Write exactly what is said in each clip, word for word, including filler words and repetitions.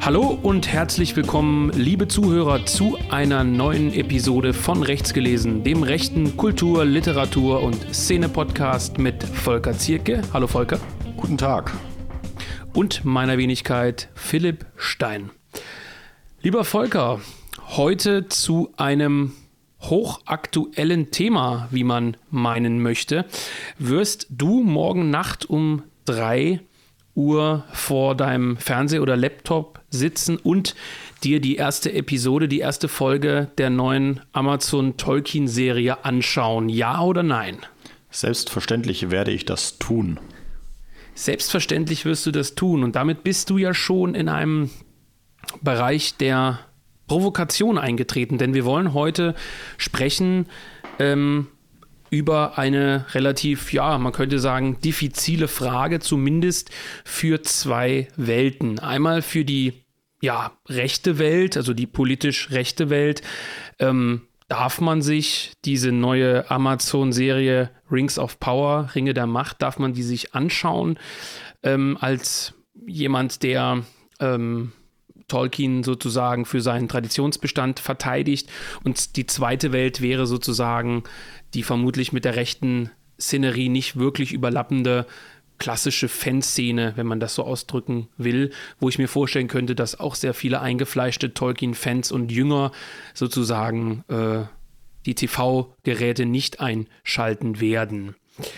Hallo und herzlich willkommen, liebe Zuhörer, zu einer neuen Episode von Rechts gelesen, dem rechten Kultur-, Literatur- und Szene-Podcast mit Volker Zierke. Hallo Volker. Guten Tag. Und meiner Wenigkeit Philipp Stein. Lieber Volker, heute zu einem hochaktuellen Thema, wie man meinen möchte. Wirst du morgen Nacht um drei Uhr vor deinem Fernseher oder Laptop sitzen und dir die erste Episode, die erste Folge der neuen Amazon-Tolkien-Serie anschauen? Ja oder nein? Selbstverständlich werde ich das tun. Selbstverständlich wirst du das tun. Und damit bist du ja schon in einem Bereich der Provokation eingetreten. Denn wir wollen heute sprechen ähm, über eine relativ, ja, man könnte sagen, diffizile Frage, zumindest für zwei Welten. Einmal für die, ja, rechte Welt, also die politisch rechte Welt. Ähm, darf man sich diese neue Amazon-Serie Rings of Power, Ringe der Macht, darf man die sich anschauen, ähm, als jemand, der ähm, Tolkien sozusagen für seinen Traditionsbestand verteidigt? Und die zweite Welt wäre sozusagen die vermutlich mit der rechten Szenerie nicht wirklich überlappende klassische Fanszene, wenn man das so ausdrücken will, wo ich mir vorstellen könnte, dass auch sehr viele eingefleischte Tolkien-Fans und Jünger sozusagen äh, die T V-Geräte nicht einschalten werden.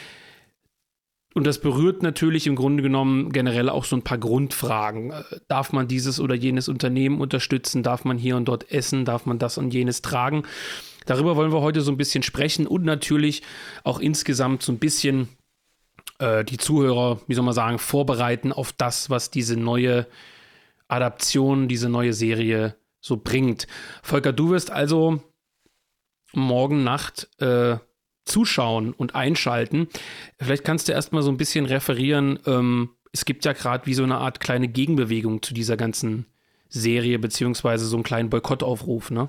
Und das berührt natürlich im Grunde genommen generell auch so ein paar Grundfragen. Darf man dieses oder jenes Unternehmen unterstützen? Darf man hier und dort essen? Darf man das und jenes tragen? Darüber wollen wir heute so ein bisschen sprechen und natürlich auch insgesamt so ein bisschen äh, die Zuhörer, wie soll man sagen, vorbereiten auf das, was diese neue Adaption, diese neue Serie so bringt. Volker, du wirst also morgen Nacht äh, zuschauen und einschalten. Vielleicht kannst du erstmal so ein bisschen referieren. Ähm, es gibt ja gerade wie so eine Art kleine Gegenbewegung zu dieser ganzen Serie, beziehungsweise so einen kleinen Boykottaufruf, ne?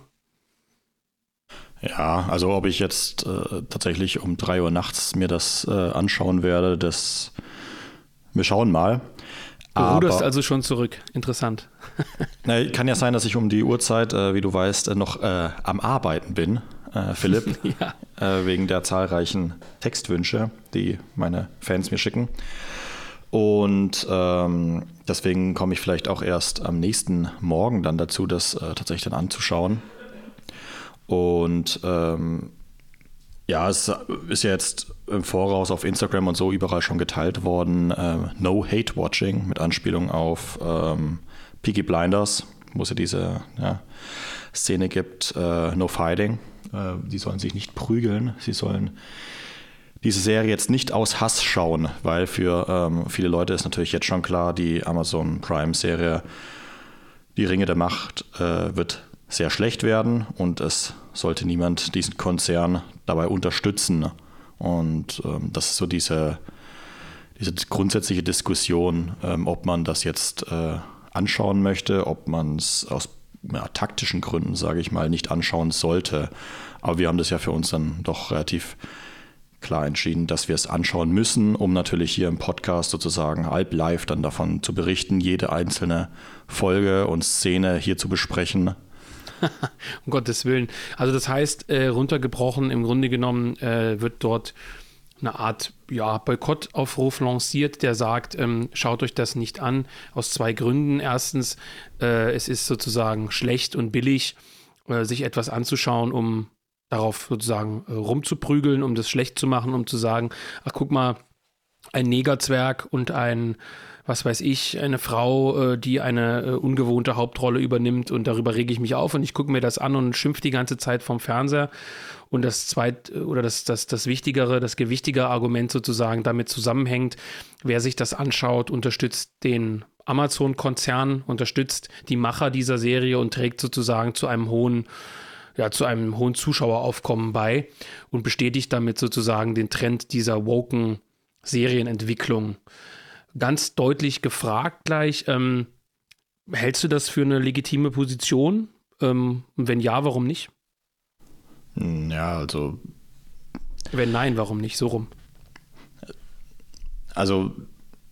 Ja, also ob ich jetzt äh, tatsächlich um drei Uhr nachts mir das äh, anschauen werde, das wir schauen mal. Du ruderst also schon zurück. Interessant. Na, kann ja sein, dass ich um die Uhrzeit, äh, wie du weißt, äh, noch äh, am Arbeiten bin, äh, Philipp, ja. äh, wegen der zahlreichen Textwünsche, die meine Fans mir schicken. Und ähm, deswegen komme ich vielleicht auch erst am nächsten Morgen dann dazu, das äh, tatsächlich dann anzuschauen. Und ähm, ja, es ist ja jetzt im Voraus auf Instagram und so überall schon geteilt worden. Äh, No Hate Watching mit Anspielung auf ähm, Peaky Blinders, wo es ja diese ja, Szene gibt, äh, No Fighting. Äh, die sollen sich nicht prügeln, sie sollen diese Serie jetzt nicht aus Hass schauen, weil für ähm, viele Leute ist natürlich jetzt schon klar, die Amazon Prime-Serie Die Ringe der Macht äh, wird sehr schlecht werden und es sollte niemand diesen Konzern dabei unterstützen. Und ähm, das ist so diese, diese grundsätzliche Diskussion, ähm, ob man das jetzt äh, anschauen möchte, ob man es aus ja, taktischen Gründen, sage ich mal, nicht anschauen sollte. Aber wir haben das ja für uns dann doch relativ klar entschieden, dass wir es anschauen müssen, um natürlich hier im Podcast sozusagen halb live dann davon zu berichten, jede einzelne Folge und Szene hier zu besprechen. Um Gottes Willen. Also das heißt, äh, runtergebrochen, im Grunde genommen äh, wird dort eine Art ja, Boykottaufruf lanciert, der sagt, ähm, schaut euch das nicht an, aus zwei Gründen. Erstens, äh, es ist sozusagen schlecht und billig, äh, sich etwas anzuschauen, um darauf sozusagen äh, rumzuprügeln, um das schlecht zu machen, um zu sagen, ach guck mal, ein Negerzwerg und ein, was weiß ich, eine Frau, äh, die eine äh, ungewohnte Hauptrolle übernimmt und darüber rege ich mich auf und ich gucke mir das an und schimpfe die ganze Zeit vom Fernseher. Und das zweit oder das, das, das wichtigere, das gewichtige Argument sozusagen damit zusammenhängt, wer sich das anschaut, unterstützt den Amazon-Konzern, unterstützt die Macher dieser Serie und trägt sozusagen zu einem hohen ja, zu einem hohen Zuschaueraufkommen bei und bestätigt damit sozusagen den Trend dieser woken Serienentwicklung. Ganz deutlich gefragt gleich, ähm, hältst du das für eine legitime Position? Ähm, und wenn ja, warum nicht? Ja, also... Wenn nein, warum nicht? So rum. Also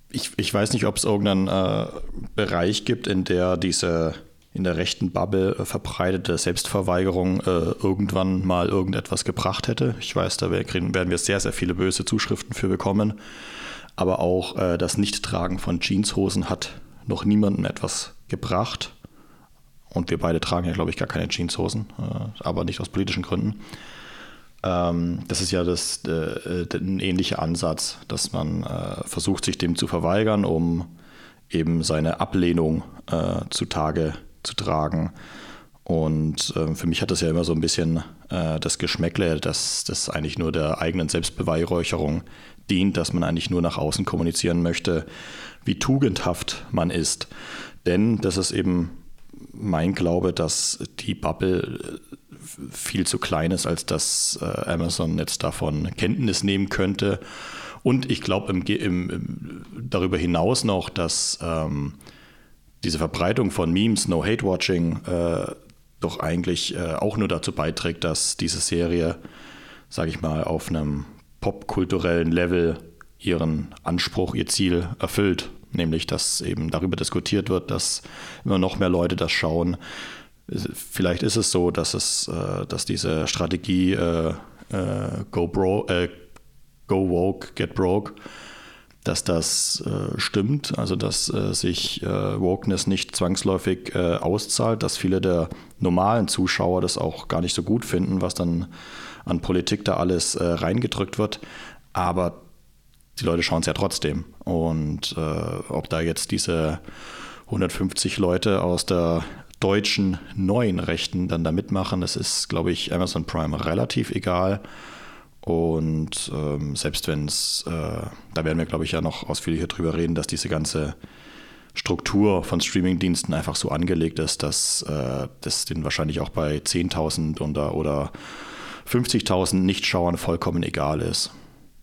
ich, ich weiß nicht, ob es irgendeinen äh, Bereich gibt, in der diese in der rechten Bubble äh, verbreitete Selbstverweigerung äh, irgendwann mal irgendetwas gebracht hätte. Ich weiß, da werden wir sehr, sehr viele böse Zuschriften für bekommen. Aber auch äh, das Nichttragen von Jeanshosen hat noch niemandem etwas gebracht. Und wir beide tragen ja, glaube ich, gar keine Jeanshosen, äh, aber nicht aus politischen Gründen. Ähm, das ist ja das, äh, ein ähnlicher Ansatz, dass man äh, versucht, sich dem zu verweigern, um eben seine Ablehnung äh, zutage zu tragen. Und äh, für mich hat das ja immer so ein bisschen äh, das Geschmäckle, dass das eigentlich nur der eigenen Selbstbeweihräucherung dient, dass man eigentlich nur nach außen kommunizieren möchte, wie tugendhaft man ist. Denn das ist eben mein Glaube, dass die Bubble viel zu klein ist, als dass äh, Amazon jetzt davon Kenntnis nehmen könnte. Und ich glaube im, im, im, darüber hinaus noch, dass ähm, diese Verbreitung von Memes, No-Hate-Watching, äh, doch eigentlich äh, auch nur dazu beiträgt, dass diese Serie, sage ich mal, auf einem popkulturellen Level ihren Anspruch, ihr Ziel erfüllt. Nämlich, dass eben darüber diskutiert wird, dass immer noch mehr Leute das schauen. Vielleicht ist es so, dass es, äh, dass diese Strategie äh, äh, Go Bro, äh, Go Woke, Get Broke, dass das äh, stimmt, also dass äh, sich äh, Wokeness nicht zwangsläufig äh, auszahlt, dass viele der normalen Zuschauer das auch gar nicht so gut finden, was dann an Politik da alles äh, reingedrückt wird, aber die Leute schauen es ja trotzdem. Und äh, ob da jetzt diese hundertfünfzig Leute aus der deutschen neuen Rechten dann da mitmachen, das ist, glaube ich, Amazon Prime relativ egal. Und ähm, selbst wenn es, äh, da werden wir, glaube ich, ja noch ausführlicher drüber reden, dass diese ganze Struktur von Streamingdiensten einfach so angelegt ist, dass äh, das denen wahrscheinlich auch bei zehntausend oder, oder fünfzigtausend Nichtschauern vollkommen egal ist.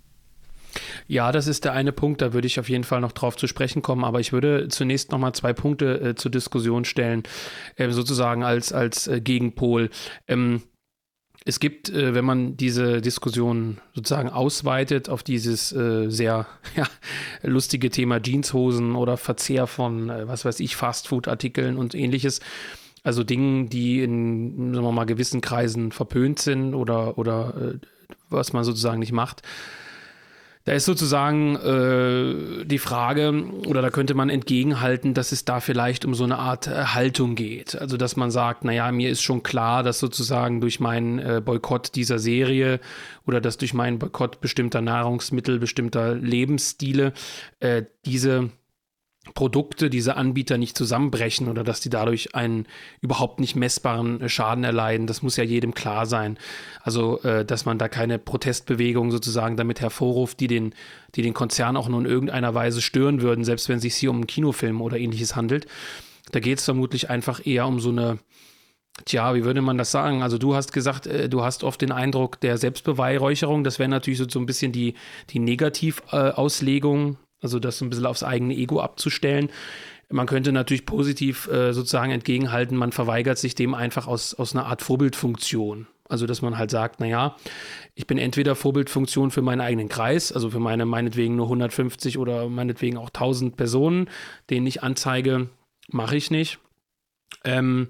Ja, das ist der eine Punkt, da würde ich auf jeden Fall noch drauf zu sprechen kommen, aber ich würde zunächst nochmal zwei Punkte äh, zur Diskussion stellen, äh, sozusagen als, als äh, Gegenpol. Ähm, Es gibt, äh, wenn man diese Diskussion sozusagen ausweitet auf dieses äh, sehr ja, lustige Thema Jeanshosen oder Verzehr von, äh, was weiß ich, Fastfood-Artikeln und ähnliches, also Dingen, die in, sagen wir mal, gewissen Kreisen verpönt sind oder, oder äh, was man sozusagen nicht macht. Da ist sozusagen äh, die Frage, oder da könnte man entgegenhalten, dass es da vielleicht um so eine Art äh, Haltung geht. Also dass man sagt, naja, mir ist schon klar, dass sozusagen durch meinen äh, Boykott dieser Serie oder dass durch meinen Boykott bestimmter Nahrungsmittel, bestimmter Lebensstile äh, diese Produkte, diese Anbieter nicht zusammenbrechen oder dass die dadurch einen überhaupt nicht messbaren Schaden erleiden. Das muss ja jedem klar sein. Also, äh, dass man da keine Protestbewegung sozusagen damit hervorruft, die den, die den Konzern auch nur in irgendeiner Weise stören würden, selbst wenn es sich hier um einen Kinofilm oder ähnliches handelt. Da geht es vermutlich einfach eher um so eine, tja, wie würde man das sagen? Also du hast gesagt, äh, du hast oft den Eindruck der Selbstbeweihräucherung. Das wäre natürlich so, so ein bisschen die, die Negativauslegung, äh, also das so ein bisschen aufs eigene Ego abzustellen. Man könnte natürlich positiv äh, sozusagen entgegenhalten, man verweigert sich dem einfach aus, aus einer Art Vorbildfunktion. Also dass man halt sagt, naja, ich bin entweder Vorbildfunktion für meinen eigenen Kreis, also für meine meinetwegen nur hundertfünfzig oder meinetwegen auch tausend Personen, denen ich anzeige, mache ich nicht. Ähm,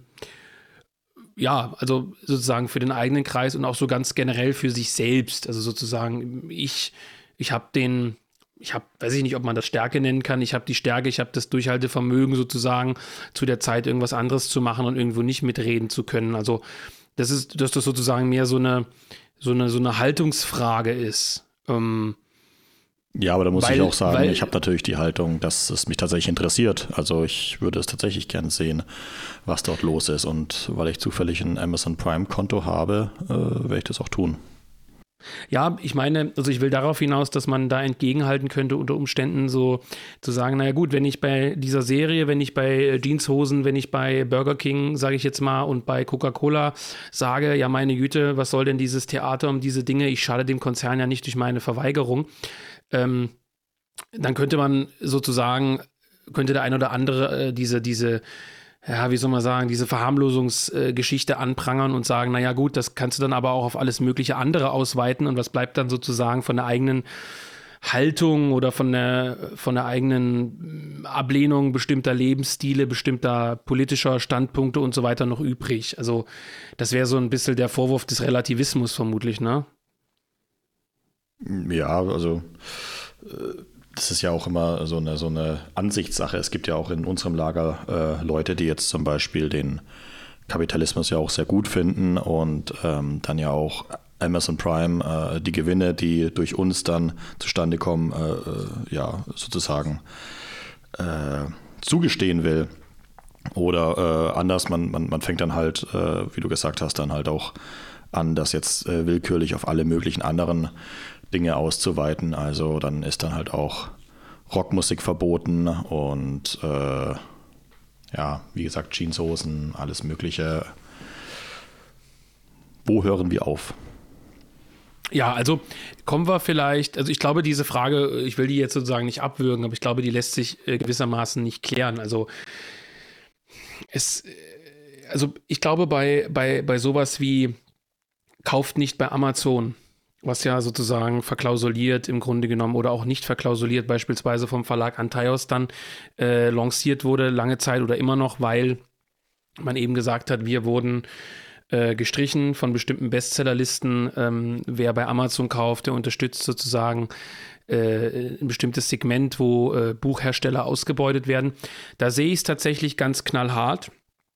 ja, also sozusagen für den eigenen Kreis und auch so ganz generell für sich selbst. Also sozusagen ich, ich habe den... Ich habe, weiß ich nicht, ob man das Stärke nennen kann. Ich habe die Stärke, ich habe das Durchhaltevermögen sozusagen, zu der Zeit irgendwas anderes zu machen und irgendwo nicht mitreden zu können. Also, das ist, dass das sozusagen mehr so eine, so eine, so eine Haltungsfrage ist. Ähm, ja, aber da muss weil, ich auch sagen, weil, ich habe natürlich die Haltung, dass es mich tatsächlich interessiert. Also ich würde es tatsächlich gerne sehen, was dort los ist. Und weil ich zufällig ein Amazon Prime-Konto habe, äh, werde ich das auch tun. Ja, ich meine, also ich will darauf hinaus, dass man da entgegenhalten könnte, unter Umständen so zu sagen, naja gut, wenn ich bei dieser Serie, wenn ich bei Jeanshosen, wenn ich bei Burger King, sage ich jetzt mal, und bei Coca-Cola sage, ja meine Güte, was soll denn dieses Theater um diese Dinge, ich schade dem Konzern ja nicht durch meine Verweigerung, ähm, dann könnte man sozusagen, könnte der ein oder andere äh, diese, diese ja, wie soll man sagen, diese Verharmlosungsgeschichte äh, anprangern und sagen, naja gut, das kannst du dann aber auch auf alles mögliche andere ausweiten und was bleibt dann sozusagen von der eigenen Haltung oder von der, von der eigenen Ablehnung bestimmter Lebensstile, bestimmter politischer Standpunkte und so weiter noch übrig. Also das wäre so ein bisschen der Vorwurf des Relativismus vermutlich, ne? Ja, also das ist ja auch immer so eine, so eine Ansichtssache. Es gibt ja auch in unserem Lager äh, Leute, die jetzt zum Beispiel den Kapitalismus ja auch sehr gut finden und ähm, dann ja auch Amazon Prime, äh, die Gewinne, die durch uns dann zustande kommen, äh, ja, sozusagen äh, zugestehen will. Oder äh, anders, man, man, man fängt dann halt, äh, wie du gesagt hast, dann halt auch an, das jetzt äh, willkürlich auf alle möglichen anderen Dinge auszuweiten. Also dann ist dann halt auch Rockmusik verboten und äh, ja, wie gesagt, Jeanshosen, alles Mögliche. Wo hören wir auf? Ja, also kommen wir vielleicht, also ich glaube, diese Frage, ich will die jetzt sozusagen nicht abwürgen, aber ich glaube, die lässt sich äh, gewissermaßen nicht klären. Also es, also ich glaube, bei, bei, bei sowas wie kauft nicht bei Amazon, was ja sozusagen verklausuliert im Grunde genommen oder auch nicht verklausuliert, beispielsweise vom Verlag Antaios dann äh, lanciert wurde, lange Zeit oder immer noch, weil man eben gesagt hat, wir wurden äh, gestrichen von bestimmten Bestsellerlisten. Ähm, wer bei Amazon kauft, der unterstützt sozusagen äh, ein bestimmtes Segment, wo äh, Buchhersteller ausgebeutet werden. Da sehe ich es tatsächlich ganz knallhart,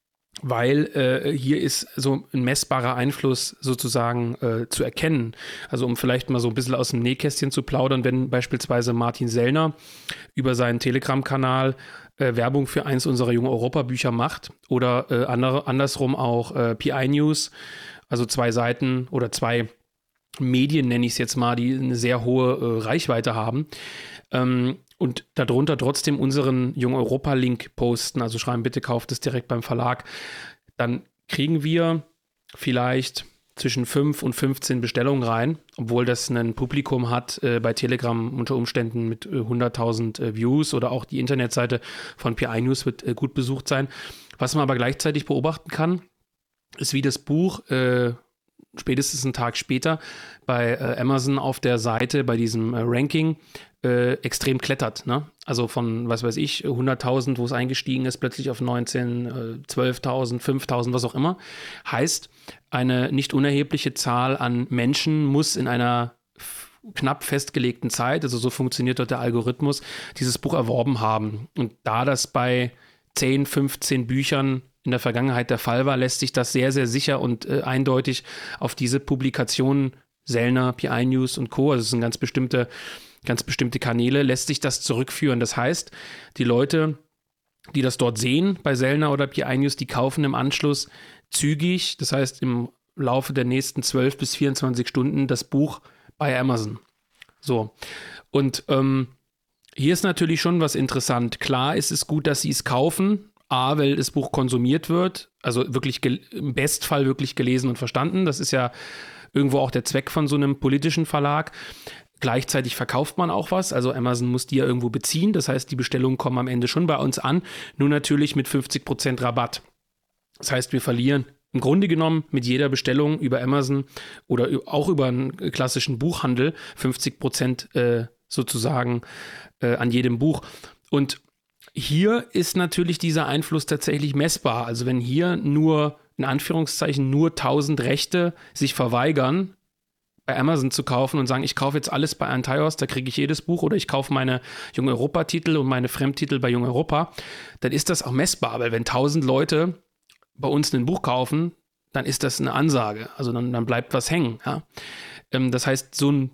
weil äh, hier ist so ein messbarer Einfluss sozusagen äh, zu erkennen. Also um vielleicht mal so ein bisschen aus dem Nähkästchen zu plaudern, wenn beispielsweise Martin Sellner über seinen Telegram-Kanal äh, Werbung für eins unserer Junge Europa-Bücher macht oder äh, andere, andersrum auch äh, P I News, also zwei Seiten oder zwei Medien, nenne ich es jetzt mal, die eine sehr hohe äh, Reichweite haben, ähm, und darunter trotzdem unseren Jung Europa-Link posten, also schreiben, bitte kauft es direkt beim Verlag, dann kriegen wir vielleicht zwischen fünf und fünfzehn Bestellungen rein, obwohl das ein Publikum hat äh, bei Telegram unter Umständen mit äh, hunderttausend äh, Views oder auch die Internetseite von P I News wird äh, gut besucht sein. Was man aber gleichzeitig beobachten kann, ist, wie das Buch äh, spätestens einen Tag später bei äh, Amazon auf der Seite, bei diesem äh, Ranking, äh, extrem klettert. Ne? Also von, was weiß ich, hunderttausend, wo es eingestiegen ist, plötzlich auf neunzehn, äh, zwölftausend, fünftausend, was auch immer. Heißt, eine nicht unerhebliche Zahl an Menschen muss in einer f- knapp festgelegten Zeit, also so funktioniert dort der Algorithmus, dieses Buch erworben haben. Und da das bei zehn, fünfzehn Büchern in der Vergangenheit der Fall war, lässt sich das sehr, sehr sicher und äh, eindeutig auf diese Publikationen, Sellner, P I News und Co., also es sind ganz bestimmte, ganz bestimmte Kanäle, lässt sich das zurückführen. Das heißt, die Leute, die das dort sehen bei Sellner oder P I News, die kaufen im Anschluss zügig, das heißt im Laufe der nächsten zwölf bis vierundzwanzig Stunden das Buch bei Amazon. So, und ähm, hier ist natürlich schon was interessant. Klar ist es gut, dass sie es kaufen, A, weil das Buch konsumiert wird, also wirklich gel- im Bestfall wirklich gelesen und verstanden. Das ist ja irgendwo auch der Zweck von so einem politischen Verlag. Gleichzeitig verkauft man auch was, also Amazon muss die ja irgendwo beziehen. Das heißt, die Bestellungen kommen am Ende schon bei uns an, nur natürlich mit fünfzig Prozent Rabatt. Das heißt, wir verlieren im Grunde genommen mit jeder Bestellung über Amazon oder auch über einen klassischen Buchhandel fünfzig Prozent äh, sozusagen äh, an jedem Buch. Und hier ist natürlich dieser Einfluss tatsächlich messbar. Also wenn hier nur, in Anführungszeichen, nur tausend Rechte sich verweigern, bei Amazon zu kaufen und sagen, ich kaufe jetzt alles bei Antaios, da kriege ich jedes Buch, oder ich kaufe meine Jung Europa-Titel und meine Fremdtitel bei Jung Europa, dann ist das auch messbar. Weil wenn tausend Leute bei uns ein Buch kaufen, dann ist das eine Ansage. Also dann, dann bleibt was hängen. Ja? Ähm, das heißt, so ein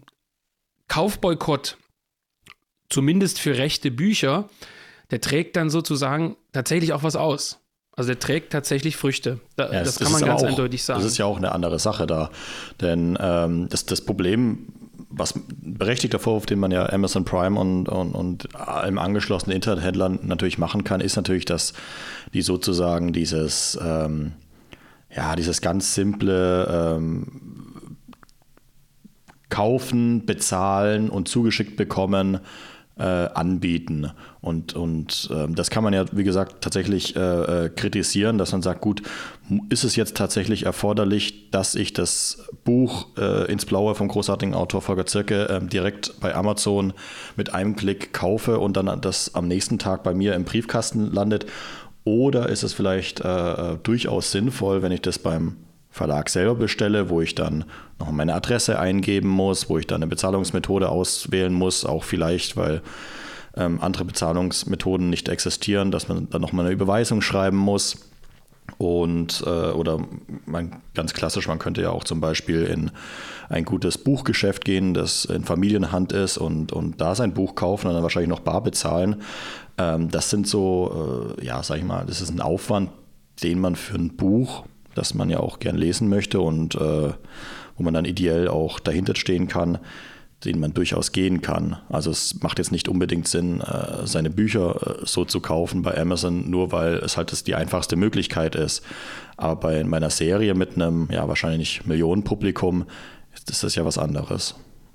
Kaufboykott, zumindest für rechte Bücher, der trägt dann sozusagen tatsächlich auch was aus. Also der trägt tatsächlich Früchte. Da, ja, das, das kann man ganz auch, eindeutig sagen. Das ist ja auch eine andere Sache da. Denn ähm, das, das Problem, was berechtigter Vorwurf, den man ja Amazon Prime und, und, und im angeschlossenen Internethändlern natürlich machen kann, ist natürlich, dass die sozusagen dieses, ähm, ja, dieses ganz simple ähm, Kaufen, Bezahlen und zugeschickt bekommen äh, anbieten. Und, und äh, das kann man ja, wie gesagt, tatsächlich äh, kritisieren, dass man sagt, gut, ist es jetzt tatsächlich erforderlich, dass ich das Buch äh, ins Blaue vom großartigen Autor Volker Zierke äh, direkt bei Amazon mit einem Klick kaufe und dann das am nächsten Tag bei mir im Briefkasten landet? Oder ist es vielleicht äh, durchaus sinnvoll, wenn ich das beim Verlag selber bestelle, wo ich dann noch meine Adresse eingeben muss, wo ich dann eine Bezahlungsmethode auswählen muss, auch vielleicht, weil ähm, andere Bezahlungsmethoden nicht existieren, dass man dann nochmal eine Überweisung schreiben muss. Und äh, oder man, ganz klassisch, man könnte ja auch zum Beispiel in ein gutes Buchgeschäft gehen, das in Familienhand ist und, und da sein Buch kaufen und dann wahrscheinlich noch bar bezahlen. Ähm, das sind so, äh, ja, sag ich mal, das ist ein Aufwand, den man für ein Buch, das man ja auch gern lesen möchte und äh, wo man dann ideell auch dahinter stehen kann, den man durchaus gehen kann. Also es macht jetzt nicht unbedingt Sinn, äh, seine Bücher äh, so zu kaufen bei Amazon, nur weil es halt das die einfachste Möglichkeit ist. Aber bei meiner Serie mit einem, ja, wahrscheinlich Millionenpublikum ist, ist das ja was anderes.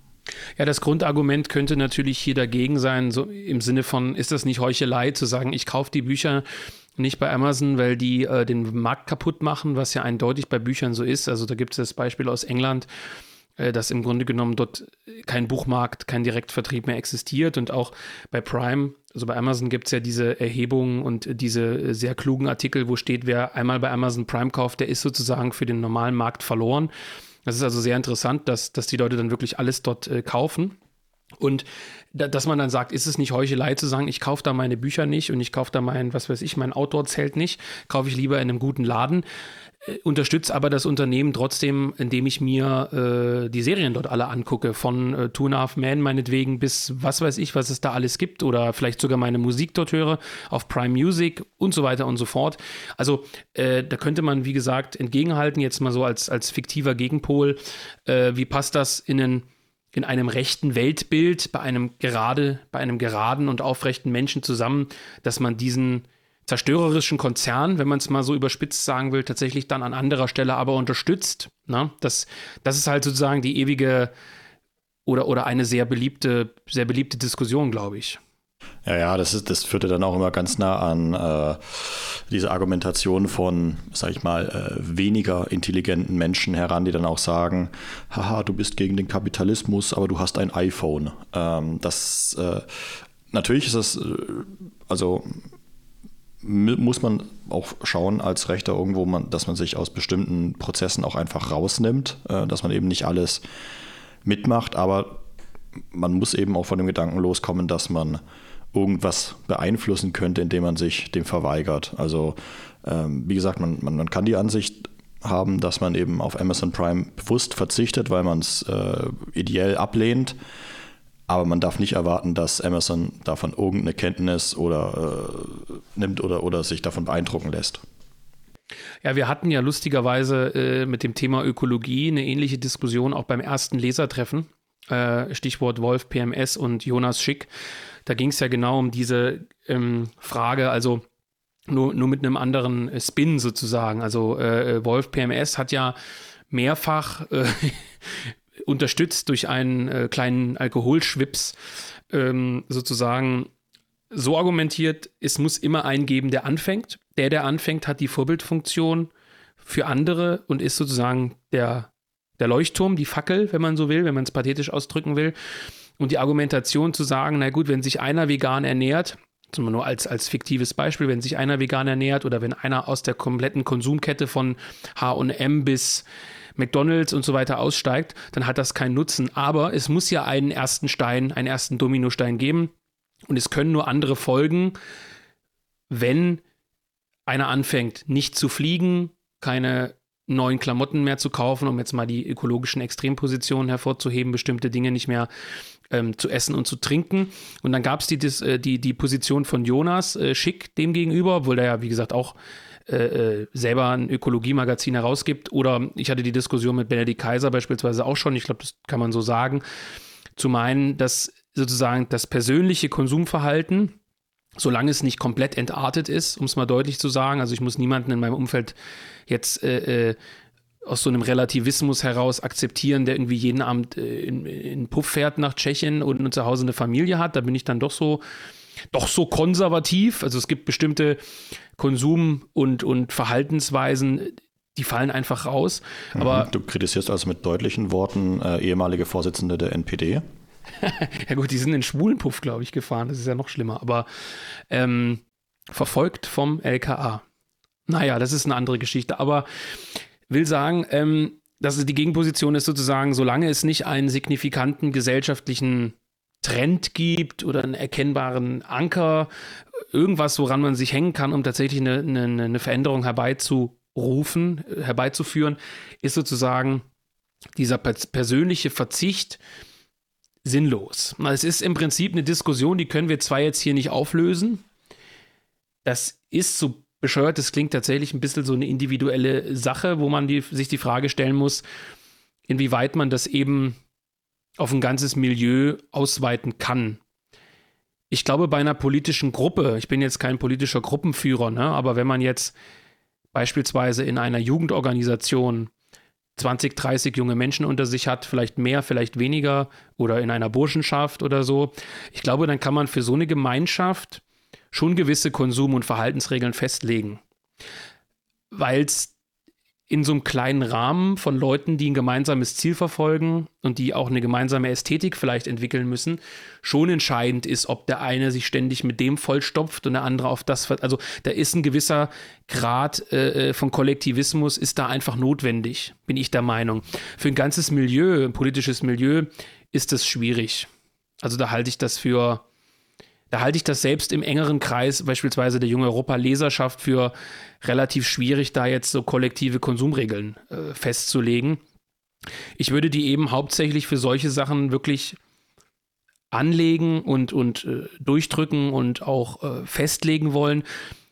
Ja, das Grundargument könnte natürlich hier dagegen sein, so im Sinne von, ist das nicht Heuchelei, zu sagen, ich kaufe die Bücher nicht bei Amazon, weil die äh, den Markt kaputt machen, was ja eindeutig bei Büchern so ist. Also da gibt es das Beispiel aus England, äh, dass im Grunde genommen dort kein Buchmarkt, kein Direktvertrieb mehr existiert. Und auch bei Prime, also bei Amazon gibt es ja diese Erhebungen und diese sehr klugen Artikel, wo steht, wer einmal bei Amazon Prime kauft, der ist sozusagen für den normalen Markt verloren. Das ist also sehr interessant, dass, dass die Leute dann wirklich alles dort äh, kaufen. Und da, dass man dann sagt, ist es nicht Heuchelei zu sagen, ich kaufe da meine Bücher nicht und ich kaufe da mein, was weiß ich, mein Outdoor-Zelt nicht, kaufe ich lieber in einem guten Laden, äh, unterstütze aber das Unternehmen trotzdem, indem ich mir äh, die Serien dort alle angucke, von äh, Two and a Half Men meinetwegen bis was weiß ich, was es da alles gibt oder vielleicht sogar meine Musik dort höre auf Prime Music und so weiter und so fort. Also äh, da könnte man, wie gesagt, entgegenhalten, jetzt mal so als, als fiktiver Gegenpol, äh, wie passt das in einen in einem rechten Weltbild, bei einem gerade, bei einem geraden und aufrechten Menschen zusammen, dass man diesen zerstörerischen Konzern, wenn man es mal so überspitzt sagen will, tatsächlich dann an anderer Stelle aber unterstützt. Ne? Das, das ist halt sozusagen die ewige oder, oder eine sehr beliebte, sehr beliebte Diskussion, glaube ich. Ja, ja, das ist, das führte dann auch immer ganz nah an äh, diese Argumentation von, sag ich mal, äh, weniger intelligenten Menschen heran, die dann auch sagen, haha, du bist gegen den Kapitalismus, aber du hast ein iPhone. Ähm, das äh, natürlich ist es, äh, also m- muss man auch schauen als Rechter irgendwo, man, dass man sich aus bestimmten Prozessen auch einfach rausnimmt, äh, dass man eben nicht alles mitmacht, aber man muss eben auch von dem Gedanken loskommen, dass man irgendwas beeinflussen könnte, indem man sich dem verweigert. Also ähm, wie gesagt, man, man, man kann die Ansicht haben, dass man eben auf Amazon Prime bewusst verzichtet, weil man es äh, ideell ablehnt, aber man darf nicht erwarten, dass Amazon davon irgendeine Kenntnis oder äh, nimmt oder, oder sich davon beeindrucken lässt. Ja, wir hatten ja lustigerweise äh, mit dem Thema Ökologie eine ähnliche Diskussion auch beim ersten Lesertreffen. Äh, Stichwort Wolf P M S und Jonas Schick. Da ging es ja genau um diese ähm, Frage, also nur, nur mit einem anderen Spin sozusagen. Also äh, Wolf P M S hat ja mehrfach äh, unterstützt durch einen äh, kleinen Alkoholschwips ähm, sozusagen so argumentiert, es muss immer einen geben, der anfängt. Der, der anfängt, hat die Vorbildfunktion für andere und ist sozusagen der, der Leuchtturm, die Fackel, wenn man so will, wenn man es pathetisch ausdrücken will. Und die Argumentation zu sagen, na gut, wenn sich einer vegan ernährt, nur als, als fiktives Beispiel, wenn sich einer vegan ernährt oder wenn einer aus der kompletten Konsumkette von H und M bis McDonald's und so weiter aussteigt, dann hat das keinen Nutzen. Aber es muss ja einen ersten Stein, einen ersten Dominostein geben und es können nur andere folgen, wenn einer anfängt, nicht zu fliegen, keine neuen Klamotten mehr zu kaufen, um jetzt mal die ökologischen Extrempositionen hervorzuheben, bestimmte Dinge nicht mehr ähm, zu essen und zu trinken. Und dann gab es die, die, die, die Position von Jonas äh, Schick dem gegenüber, obwohl der ja, wie gesagt, auch äh, selber ein Ökologie-Magazin herausgibt. Oder ich hatte die Diskussion mit Benedikt Kaiser beispielsweise auch schon, ich glaube, das kann man so sagen, zu meinen, dass sozusagen das persönliche Konsumverhalten, solange es nicht komplett entartet ist, um es mal deutlich zu sagen, also ich muss niemanden in meinem Umfeld jetzt äh, äh, aus so einem Relativismus heraus akzeptieren, der irgendwie jeden Abend in, in Puff fährt nach Tschechien und zu Hause eine Familie hat. Da bin ich dann doch so, doch so konservativ. Also es gibt bestimmte Konsum- und, und Verhaltensweisen, die fallen einfach raus. Aber du kritisierst also mit deutlichen Worten äh, ehemalige Vorsitzende der N P D? Ja gut, die sind in Schwulenpuff, glaube ich, gefahren. Das ist ja noch schlimmer. Aber ähm, verfolgt vom L K A. Naja, das ist eine andere Geschichte. Aber will sagen, ähm, dass es die Gegenposition ist sozusagen, solange es nicht einen signifikanten gesellschaftlichen Trend gibt oder einen erkennbaren Anker, irgendwas, woran man sich hängen kann, um tatsächlich eine, eine, eine Veränderung herbeizurufen, herbeizuführen, ist sozusagen dieser persönliche Verzicht sinnlos. Es ist im Prinzip eine Diskussion, die können wir zwar jetzt hier nicht auflösen. Das ist so bescheuert, das klingt tatsächlich ein bisschen so eine individuelle Sache, wo man die, sich die Frage stellen muss, inwieweit man das eben auf ein ganzes Milieu ausweiten kann. Ich glaube, bei einer politischen Gruppe, ich bin jetzt kein politischer Gruppenführer, ne, aber wenn man jetzt beispielsweise in einer Jugendorganisation zwanzig, dreißig junge Menschen unter sich hat, vielleicht mehr, vielleicht weniger, oder in einer Burschenschaft oder so, ich glaube, dann kann man für so eine Gemeinschaft schon gewisse Konsum- und Verhaltensregeln festlegen. Weil es in so einem kleinen Rahmen von Leuten, die ein gemeinsames Ziel verfolgen und die auch eine gemeinsame Ästhetik vielleicht entwickeln müssen, schon entscheidend ist, ob der eine sich ständig mit dem vollstopft und der andere auf das, also da ist ein gewisser Grad äh, von Kollektivismus ist da einfach notwendig, bin ich der Meinung. Für ein ganzes Milieu, ein politisches Milieu, ist das schwierig. Also da halte ich das für Da halte ich das selbst im engeren Kreis, beispielsweise der Junge Europa-Leserschaft, für relativ schwierig, da jetzt so kollektive Konsumregeln äh, festzulegen. Ich würde die eben hauptsächlich für solche Sachen wirklich anlegen und, und äh, durchdrücken und auch äh, festlegen wollen,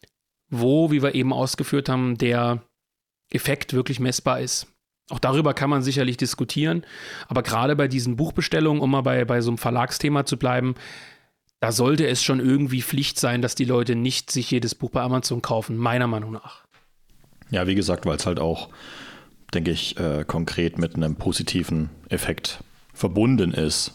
wo, wie wir eben ausgeführt haben, der Effekt wirklich messbar ist. Auch darüber kann man sicherlich diskutieren, aber gerade bei diesen Buchbestellungen, um mal bei, bei so einem Verlagsthema zu bleiben, da sollte es schon irgendwie Pflicht sein, dass die Leute nicht sich jedes Buch bei Amazon kaufen, meiner Meinung nach. Ja, wie gesagt, weil es halt auch, denke ich, äh, konkret mit einem positiven Effekt verbunden ist.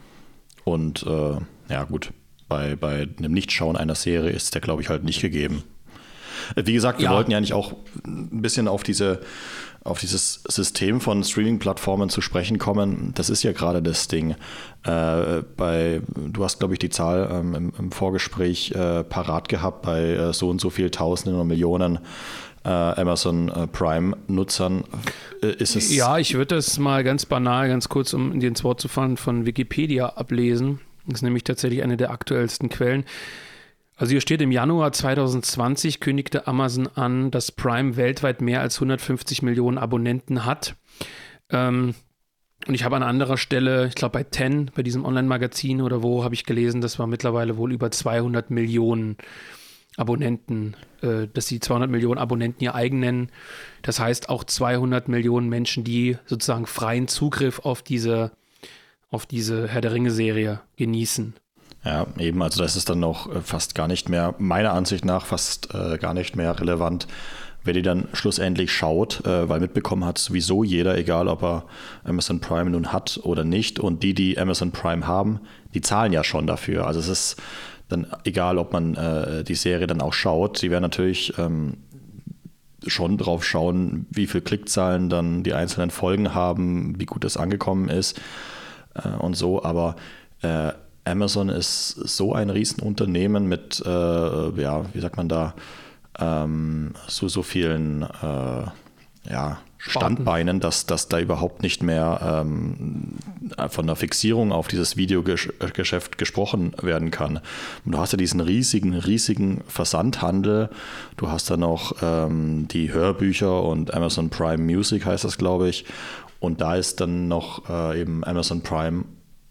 Und äh, ja gut, bei, bei einem Nichtschauen einer Serie ist der, glaube ich, halt nicht gegeben. Wie gesagt, wir ja. wollten ja eigentlich auch ein bisschen auf diese auf dieses System von Streaming-Plattformen zu sprechen kommen. Das ist ja gerade das Ding. Äh, bei, du hast, glaube ich, die Zahl ähm, im, im Vorgespräch äh, parat gehabt, bei äh, so und so viel Tausenden oder Millionen äh, Amazon äh, Prime-Nutzern. Äh, ist es ja, ich würde das mal ganz banal, ganz kurz, um dir ins Wort zu fallen, von Wikipedia ablesen. Das ist nämlich tatsächlich eine der aktuellsten Quellen. Also hier steht, im Januar zwanzig zwanzig kündigte Amazon an, dass Prime weltweit mehr als hundertfünfzig Millionen Abonnenten hat. Ähm, und ich habe an anderer Stelle, ich glaube bei Ten, bei diesem Online-Magazin oder wo, habe ich gelesen, das war mittlerweile wohl über zweihundert Millionen Abonnenten, äh, dass sie zweihundert Millionen Abonnenten ihr eigen nennen. Das heißt auch zweihundert Millionen Menschen, die sozusagen freien Zugriff auf diese, auf diese Herr der Ringe-Serie genießen. Ja, eben, also das ist dann noch fast gar nicht mehr, meiner Ansicht nach fast äh, gar nicht mehr relevant, wer die dann schlussendlich schaut, äh, weil mitbekommen hat sowieso jeder, egal ob er Amazon Prime nun hat oder nicht. Und die, die Amazon Prime haben, die zahlen ja schon dafür. Also es ist dann egal, ob man äh, die Serie dann auch schaut, die werden natürlich ähm, schon drauf schauen, wie viel Klickzahlen dann die einzelnen Folgen haben, wie gut das angekommen ist äh, und so, aber äh, Amazon ist so ein Riesenunternehmen mit, äh, ja, wie sagt man da, ähm, so, so vielen äh, ja, Standbeinen, dass, dass da überhaupt nicht mehr ähm, von der Fixierung auf dieses Videogeschäft gesprochen werden kann. Und du hast ja diesen riesigen, riesigen Versandhandel. Du hast da noch ähm, die Hörbücher und Amazon Prime Music heißt das, glaube ich. Und da ist dann noch äh, eben Amazon Prime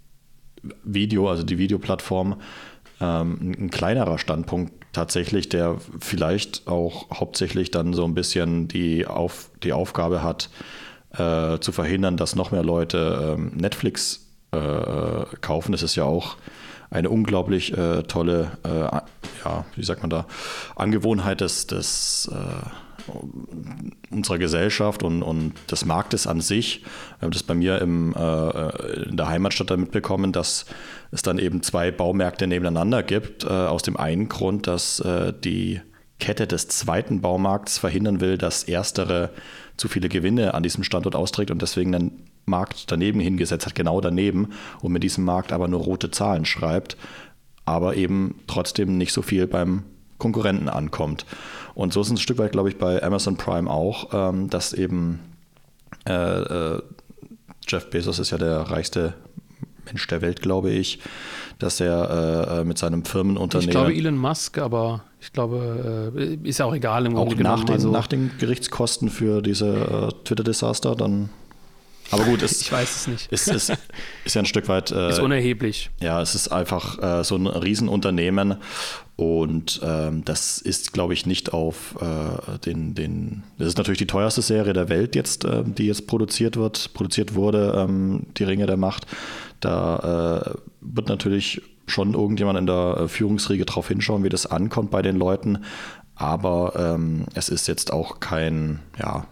Video, also die Videoplattform, ähm, ein kleinerer Standpunkt tatsächlich, der vielleicht auch hauptsächlich dann so ein bisschen die, Auf, die Aufgabe hat, äh, zu verhindern, dass noch mehr Leute ähm, Netflix äh, kaufen. Das ist ja auch eine unglaublich äh, tolle, äh, ja, wie sagt man da, Angewohnheit des, des äh, unserer Gesellschaft und, und des Marktes an sich. Wir haben das bei mir im, äh, in der Heimatstadt da mitbekommen, dass es dann eben zwei Baumärkte nebeneinander gibt, äh, aus dem einen Grund, dass äh, die Kette des zweiten Baumarkts verhindern will, dass erstere zu viele Gewinne an diesem Standort austrägt und deswegen einen Markt daneben hingesetzt hat, genau daneben, und mit diesem Markt aber nur rote Zahlen schreibt, aber eben trotzdem nicht so viel beim Konkurrenten ankommt. Und so ist es ein Stück weit, glaube ich, bei Amazon Prime auch, ähm, dass eben äh, äh, Jeff Bezos ist ja der reichste Mensch der Welt, glaube ich, dass er äh, mit seinem Firmenunternehmen... Ich glaube Elon Musk, aber ich glaube, äh, ist ja auch egal im Grunde genommen. Auch nach den, also, nach den Gerichtskosten für diese äh, Twitter-Desaster dann... Aber gut, es, ich weiß es nicht. Es ist, ist ja ein Stück weit... Äh, ist unerheblich. Ja, es ist einfach äh, so ein Riesenunternehmen und ähm, das ist, glaube ich, nicht auf äh, den, den... Das ist natürlich die teuerste Serie der Welt jetzt, äh, die jetzt produziert wird, produziert wurde, ähm, die Ringe der Macht. Da äh, wird natürlich schon irgendjemand in der äh, Führungsriege drauf hinschauen, wie das ankommt bei den Leuten, aber ähm, es ist jetzt auch kein, ja...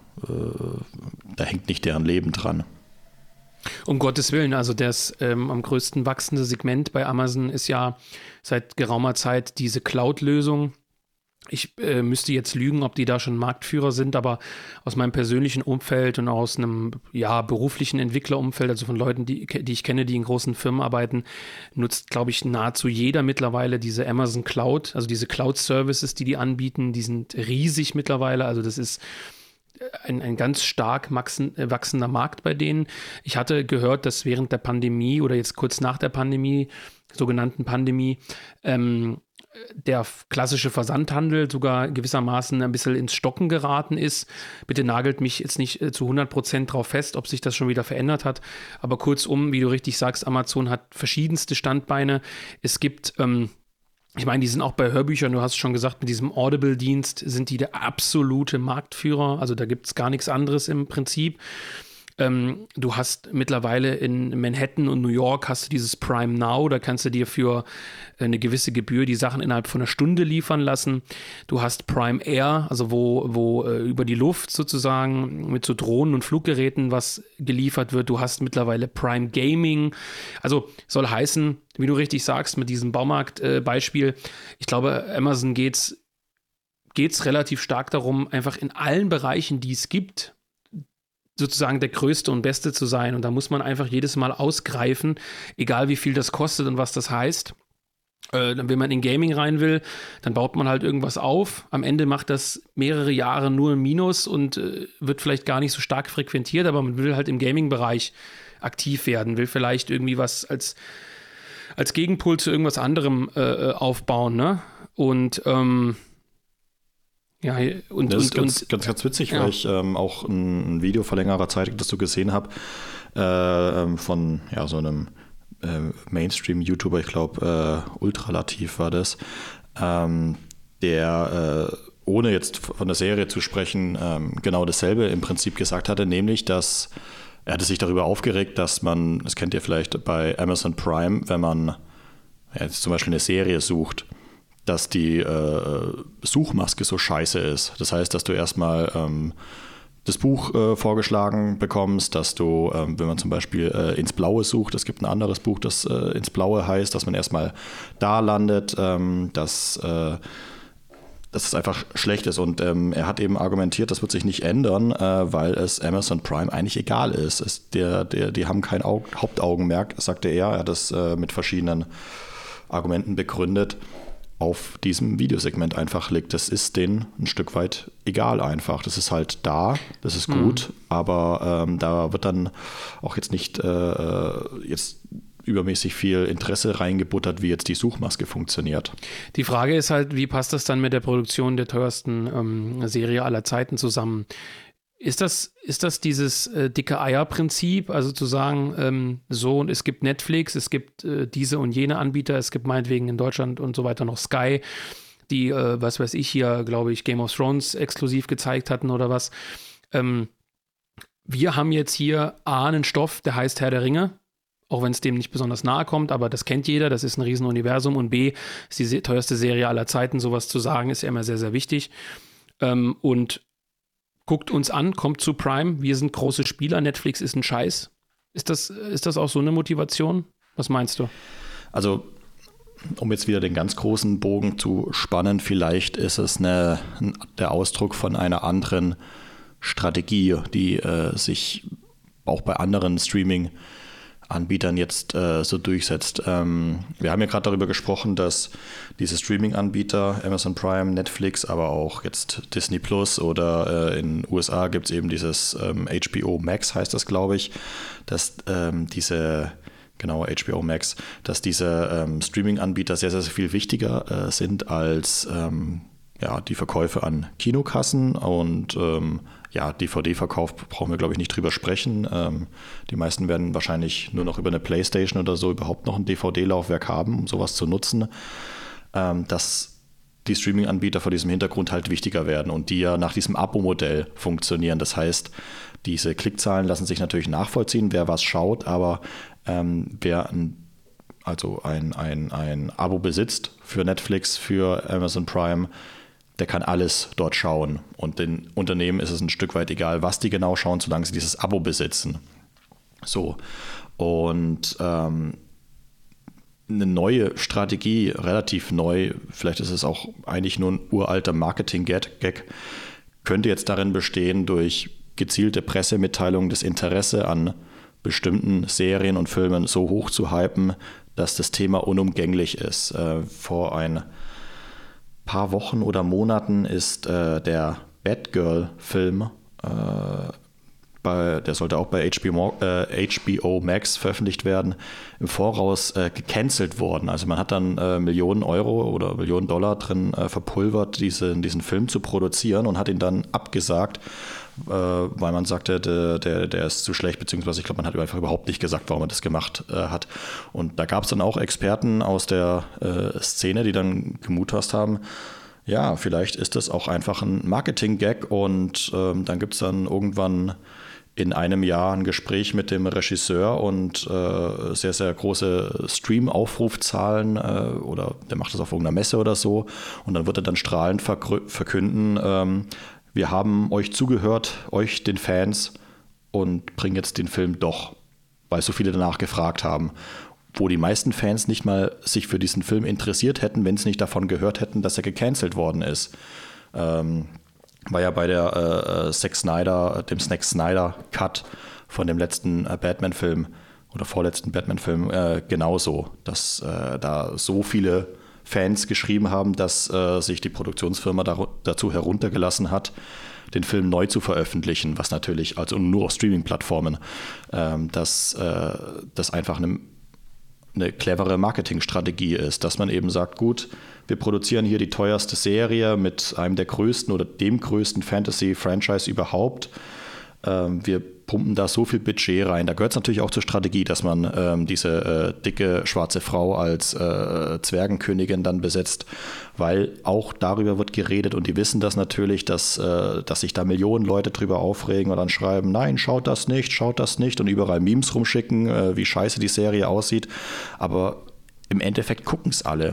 da hängt nicht deren Leben dran. Um Gottes Willen, also das ähm, am größten wachsende Segment bei Amazon ist ja seit geraumer Zeit diese Cloud-Lösung. Ich äh, müsste jetzt lügen, ob die da schon Marktführer sind, aber aus meinem persönlichen Umfeld und aus einem ja, beruflichen Entwicklerumfeld, also von Leuten, die, die ich kenne, die in großen Firmen arbeiten, nutzt, glaube ich, nahezu jeder mittlerweile diese Amazon Cloud, also diese Cloud-Services, die die anbieten, die sind riesig mittlerweile, also das ist Ein, ein ganz stark wachsen, wachsender Markt bei denen. Ich hatte gehört, dass während der Pandemie oder jetzt kurz nach der Pandemie, sogenannten Pandemie, ähm, der klassische Versandhandel sogar gewissermaßen ein bisschen ins Stocken geraten ist. Bitte nagelt mich jetzt nicht äh, zu hundert Prozent drauf fest, ob sich das schon wieder verändert hat. Aber kurzum, wie du richtig sagst, Amazon hat verschiedenste Standbeine. Es gibt... Ähm, Ich meine, die sind auch bei Hörbüchern, du hast schon gesagt, mit diesem Audible-Dienst sind die der absolute Marktführer. Also da gibt es gar nichts anderes im Prinzip. Ähm, du hast mittlerweile in Manhattan und New York hast du dieses Prime Now, da kannst du dir für eine gewisse Gebühr die Sachen innerhalb von einer Stunde liefern lassen. Du hast Prime Air, also wo, wo äh, über die Luft sozusagen mit so Drohnen und Fluggeräten was geliefert wird. Du hast mittlerweile Prime Gaming. Also soll heißen, wie du richtig sagst, mit diesem Baumarkt-Beispiel, äh, ich glaube, Amazon geht's, geht's relativ stark darum, einfach in allen Bereichen, die es gibt, sozusagen der Größte und Beste zu sein. Und da muss man einfach jedes Mal ausgreifen, egal wie viel das kostet und was das heißt. Äh, wenn man in Gaming rein will, dann baut man halt irgendwas auf. Am Ende macht das mehrere Jahre nur ein Minus und äh, wird vielleicht gar nicht so stark frequentiert, aber man will halt im Gaming-Bereich aktiv werden, will vielleicht irgendwie was als, als Gegenpol zu irgendwas anderem äh, aufbauen, ne? Und ähm, Ja, und, das und, ist ganz, und, ganz, ganz witzig, ja. weil ich ähm, auch ein, ein Video vor längerer Zeit, das du gesehen habe, äh, von ja, so einem äh, Mainstream-YouTuber, ich glaube, äh, Ultralativ war das, ähm, der, äh, ohne jetzt von der Serie zu sprechen, ähm, genau dasselbe im Prinzip gesagt hatte, nämlich, dass er hatte sich darüber aufgeregt, dass man, das kennt ihr vielleicht bei Amazon Prime, wenn man ja, jetzt zum Beispiel eine Serie sucht, dass die äh, Suchmaske so scheiße ist. Das heißt, dass du erstmal ähm, das Buch äh, vorgeschlagen bekommst, dass du, ähm, wenn man zum Beispiel äh, ins Blaue sucht, es gibt ein anderes Buch, das äh, ins Blaue heißt, dass man erstmal da landet, ähm, dass, äh, dass es einfach schlecht ist. Und ähm, er hat eben argumentiert, das wird sich nicht ändern, äh, weil es Amazon Prime eigentlich egal ist. Es, der, der, die haben kein Aug- Hauptaugenmerk, sagte er. Er hat das äh, mit verschiedenen Argumenten begründet, auf diesem Videosegment einfach liegt. Das ist denen ein Stück weit egal einfach. Das ist halt da, das ist gut, mhm. aber ähm, da wird dann auch jetzt nicht äh, jetzt übermäßig viel Interesse reingebuttert, wie jetzt die Suchmaske funktioniert. Die Frage ist halt, wie passt das dann mit der Produktion der teuersten ähm, Serie aller Zeiten zusammen? Ist das, ist das dieses äh, dicke Eier-Prinzip, also zu sagen, ähm, so, und es gibt Netflix, es gibt äh, diese und jene Anbieter, es gibt meinetwegen in Deutschland und so weiter noch Sky, die, äh, was weiß ich, hier, glaube ich, Game of Thrones exklusiv gezeigt hatten oder was. Ähm, wir haben jetzt hier A, einen Stoff, der heißt Herr der Ringe, auch wenn es dem nicht besonders nahe kommt, aber das kennt jeder, das ist ein Riesenuniversum, und B, ist die se- teuerste Serie aller Zeiten, sowas zu sagen, ist ja immer sehr, sehr wichtig. Ähm, und guckt uns an, kommt zu Prime, wir sind große Spieler, Netflix ist ein Scheiß. Ist das, ist das auch so eine Motivation? Was meinst du? Also, um jetzt wieder den ganz großen Bogen zu spannen, vielleicht ist es eine, der Ausdruck von einer anderen Strategie, die äh, sich auch bei anderen Streaming-Anbietern jetzt äh, so durchsetzt. Ähm, wir haben ja gerade darüber gesprochen, dass diese Streaming-Anbieter, Amazon Prime, Netflix, aber auch jetzt Disney Plus oder äh, in den U S A gibt es eben dieses ähm, H B O Max, heißt das, glaube ich, dass ähm, diese Genau, H B O Max, dass diese ähm, Streaming-Anbieter sehr, sehr, sehr viel wichtiger äh, sind als ähm, ja, die Verkäufe an Kinokassen und ähm, ja, D V D-Verkauf brauchen wir, glaube ich, nicht drüber sprechen. Ähm, die meisten werden wahrscheinlich nur noch über eine Playstation oder so überhaupt noch ein D V D-Laufwerk haben, um sowas zu nutzen. Ähm, dass die Streaming-Anbieter vor diesem Hintergrund halt wichtiger werden und die ja nach diesem Abo-Modell funktionieren. Das heißt, diese Klickzahlen lassen sich natürlich nachvollziehen, wer was schaut, aber ähm, wer ein, also ein, ein, ein Abo besitzt für Netflix, für Amazon Prime, der kann alles dort schauen. Und den Unternehmen ist es ein Stück weit egal, was die genau schauen, solange sie dieses Abo besitzen. So. Und ähm, eine neue Strategie, relativ neu, vielleicht ist es auch eigentlich nur ein uralter Marketing-Gag, könnte jetzt darin bestehen, durch gezielte Pressemitteilungen das Interesse an bestimmten Serien und Filmen so hoch zu hypen, dass das Thema unumgänglich ist. Äh, vor ein paar Wochen oder Monaten ist äh, der Batgirl-Film, äh, bei, der sollte auch bei H B O, äh, H B O Max veröffentlicht werden, im Voraus äh, gecancelt worden. Also man hat dann äh, Millionen Euro oder Millionen Dollar drin äh, verpulvert, diese, diesen Film zu produzieren und hat ihn dann abgesagt, äh, weil man sagte, der, der, der ist zu schlecht, beziehungsweise ich glaube, man hat einfach überhaupt nicht gesagt, warum man das gemacht äh, hat. Und da gab es dann auch Experten aus der äh, Szene, die dann gemutmaßt haben, ja, vielleicht ist das auch einfach ein Marketing-Gag und ähm, dann gibt es dann irgendwann in einem Jahr ein Gespräch mit dem Regisseur und äh, sehr, sehr große Stream-Aufrufzahlen äh, oder der macht das auf irgendeiner Messe oder so und dann wird er dann strahlend verkrü- verkünden, ähm, wir haben euch zugehört, euch den Fans und bringen jetzt den Film doch, weil so viele danach gefragt haben. Wo die meisten Fans nicht mal sich für diesen Film interessiert hätten, wenn sie nicht davon gehört hätten, dass er gecancelt worden ist. Ähm, war ja bei der äh, Zack Snyder, dem Zack Snyder Cut von dem letzten äh, Batman-Film oder vorletzten Batman-Film äh, genauso, dass äh, da so viele Fans geschrieben haben, dass äh, sich die Produktionsfirma da, dazu heruntergelassen hat, den Film neu zu veröffentlichen, was natürlich, also nur auf Streaming-Plattformen, ähm, dass äh, das einfach eine, eine clevere Marketingstrategie ist, dass man eben sagt, gut, wir produzieren hier die teuerste Serie mit einem der größten oder dem größten Fantasy-Franchise überhaupt. Ähm, wir pumpen da so viel Budget rein. Da gehört es natürlich auch zur Strategie, dass man ähm, diese äh, dicke schwarze Frau als äh, Zwergenkönigin dann besetzt, weil auch darüber wird geredet und die wissen das natürlich, dass, äh, dass sich da Millionen Leute drüber aufregen und dann schreiben, nein, schaut das nicht, schaut das nicht und überall Memes rumschicken, äh, wie scheiße die Serie aussieht. Aber im Endeffekt gucken es alle.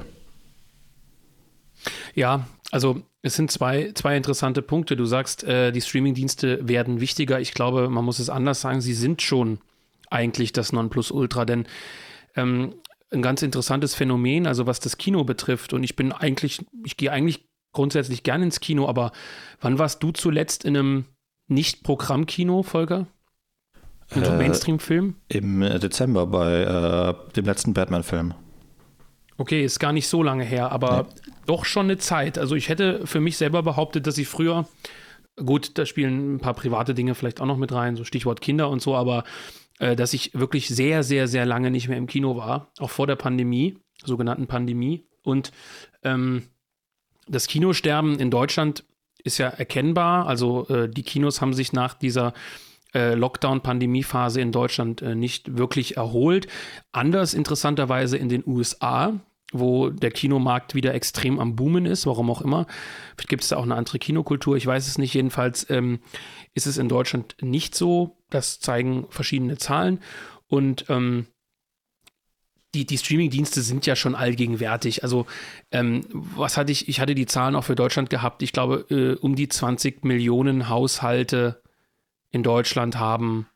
Ja, also es sind zwei, zwei interessante Punkte. Du sagst, äh, die Streamingdienste werden wichtiger. Ich glaube, man muss es anders sagen, sie sind schon eigentlich das Nonplusultra, denn ähm, ein ganz interessantes Phänomen, also was das Kino betrifft, und ich bin eigentlich, ich gehe eigentlich grundsätzlich gerne ins Kino, aber wann warst du zuletzt in einem Nicht-Programm-Kino, Volker? In so einem äh, Mainstream-Film? Im Dezember bei äh, dem letzten Batman-Film. Okay, ist gar nicht so lange her, aber nee. Doch schon eine Zeit. Also ich hätte für mich selber behauptet, dass ich früher, gut, da spielen ein paar private Dinge vielleicht auch noch mit rein, so Stichwort Kinder und so, aber äh, dass ich wirklich sehr, sehr, sehr lange nicht mehr im Kino war, auch vor der Pandemie, sogenannten Pandemie. Und ähm, das Kinosterben in Deutschland ist ja erkennbar. Also äh, die Kinos haben sich nach dieser äh, Lockdown-Pandemie-Phase in Deutschland äh, nicht wirklich erholt. Anders interessanterweise in den U S A, wo der Kinomarkt wieder extrem am Boomen ist, warum auch immer. Vielleicht gibt es da auch eine andere Kinokultur, ich weiß es nicht. Jedenfalls ähm, ist es in Deutschland nicht so. Das zeigen verschiedene Zahlen. Und ähm, die, die Streaming-Dienste sind ja schon allgegenwärtig. Also, ähm, was hatte ich? Ich hatte die Zahlen auch für Deutschland gehabt. Ich glaube, äh, um die zwanzig Millionen Haushalte in Deutschland haben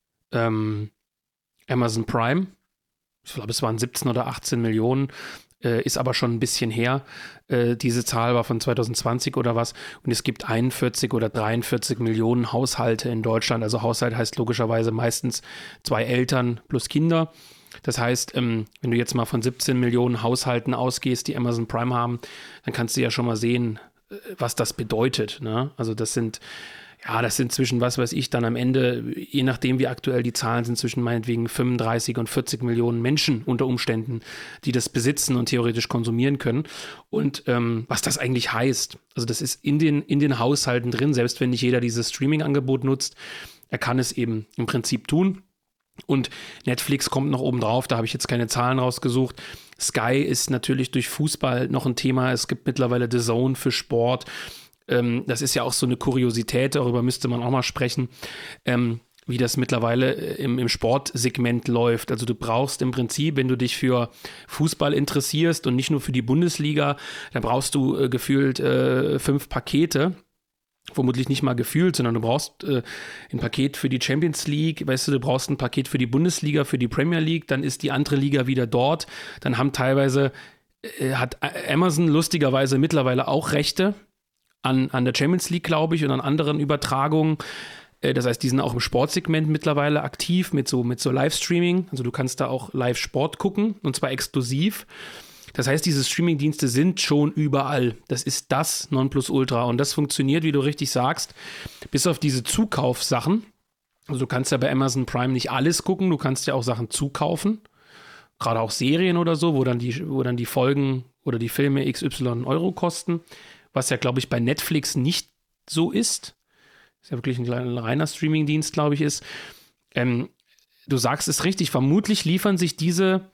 ähm, Amazon Prime. Ich glaube, es waren siebzehn oder achtzehn Millionen. Äh, ist aber schon ein bisschen her. Äh, diese Zahl war von zwanzig zwanzig oder was. Und es gibt einundvierzig oder dreiundvierzig Millionen Haushalte in Deutschland. Also Haushalt heißt logischerweise meistens zwei Eltern plus Kinder. Das heißt, ähm, wenn du jetzt mal von siebzehn Millionen Haushalten ausgehst, die Amazon Prime haben, dann kannst du ja schon mal sehen, äh, was das bedeutet. Ne? Also das sind, ja, das sind zwischen, was weiß ich, dann am Ende, je nachdem wie aktuell die Zahlen sind, zwischen meinetwegen fünfunddreißig und vierzig Millionen Menschen unter Umständen, die das besitzen und theoretisch konsumieren können. Und ähm, was das eigentlich heißt, also das ist in den, in den Haushalten drin, selbst wenn nicht jeder dieses Streaming-Angebot nutzt, er kann es eben im Prinzip tun. Und Netflix kommt noch oben drauf, da habe ich jetzt keine Zahlen rausgesucht. Sky ist natürlich durch Fußball noch ein Thema. Es gibt mittlerweile The Zone für Sport. Ähm, das ist ja auch so eine Kuriosität, darüber müsste man auch mal sprechen, ähm, wie das mittlerweile im, im Sportsegment läuft. Also du brauchst im Prinzip, wenn du dich für Fußball interessierst und nicht nur für die Bundesliga, dann brauchst du äh, gefühlt äh, fünf Pakete. Vermutlich nicht mal gefühlt, sondern du brauchst äh, ein Paket für die Champions League, weißt du, du brauchst ein Paket für die Bundesliga, für die Premier League, dann ist die andere Liga wieder dort, dann haben teilweise, äh, hat Amazon lustigerweise mittlerweile auch Rechte an, an der Champions League, glaube ich, und an anderen Übertragungen. Äh, das heißt, die sind auch im Sportsegment mittlerweile aktiv mit so, mit so Livestreaming, also du kannst da auch Live-Sport gucken, und zwar exklusiv. Das heißt, diese Streaming-Dienste sind schon überall. Das ist das Nonplusultra. Und das funktioniert, wie du richtig sagst, bis auf diese Zukaufsachen. Also du kannst ja bei Amazon Prime nicht alles gucken. Du kannst ja auch Sachen zukaufen. Gerade auch Serien oder so, wo dann die, wo dann die Folgen oder die Filme X Y Euro kosten. Was ja, glaube ich, bei Netflix nicht so ist. Was ja wirklich ein kleiner reiner Streaming-Dienst, glaube ich, ist. Ähm, du sagst es richtig. Vermutlich liefern sich diese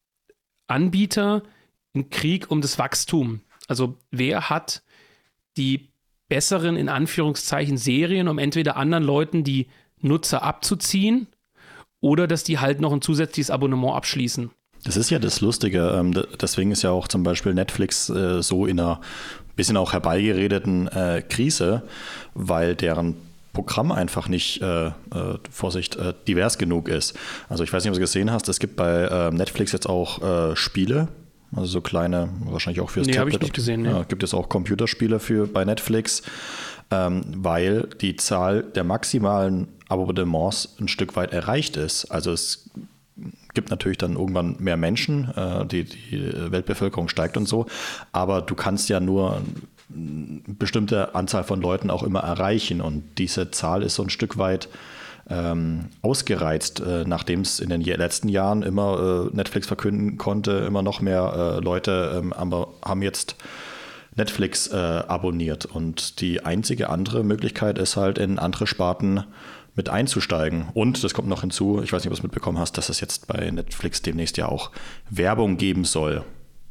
Anbieter ein Krieg um das Wachstum. Also wer hat die besseren, in Anführungszeichen, Serien, um entweder anderen Leuten die Nutzer abzuziehen oder dass die halt noch ein zusätzliches Abonnement abschließen. Das ist ja das Lustige. Deswegen ist ja auch zum Beispiel Netflix so in einer bisschen auch herbeigeredeten Krise, weil deren Programm einfach nicht, äh, äh, Vorsicht, äh, divers genug ist. Also ich weiß nicht, ob du es gesehen hast, es gibt bei äh, Netflix jetzt auch äh, Spiele, also so kleine, wahrscheinlich auch fürs nee, Tablet. Nee, habe ich nicht gesehen. Ne? Ja, gibt es auch Computerspiele für bei Netflix, ähm, weil die Zahl der maximalen Abonnements ein Stück weit erreicht ist. Also es gibt natürlich dann irgendwann mehr Menschen, äh, die, die Weltbevölkerung steigt und so, aber du kannst ja nur eine bestimmte Anzahl von Leuten auch immer erreichen und diese Zahl ist so ein Stück weit ähm, ausgereizt, äh, nachdem es in den letzten Jahren immer äh, Netflix verkünden konnte, immer noch mehr äh, Leute ähm, aber haben jetzt Netflix äh, abonniert und die einzige andere Möglichkeit ist halt in andere Sparten mit einzusteigen. Und das kommt noch hinzu, ich weiß nicht, ob du es mitbekommen hast, dass es jetzt bei Netflix demnächst ja auch Werbung geben soll.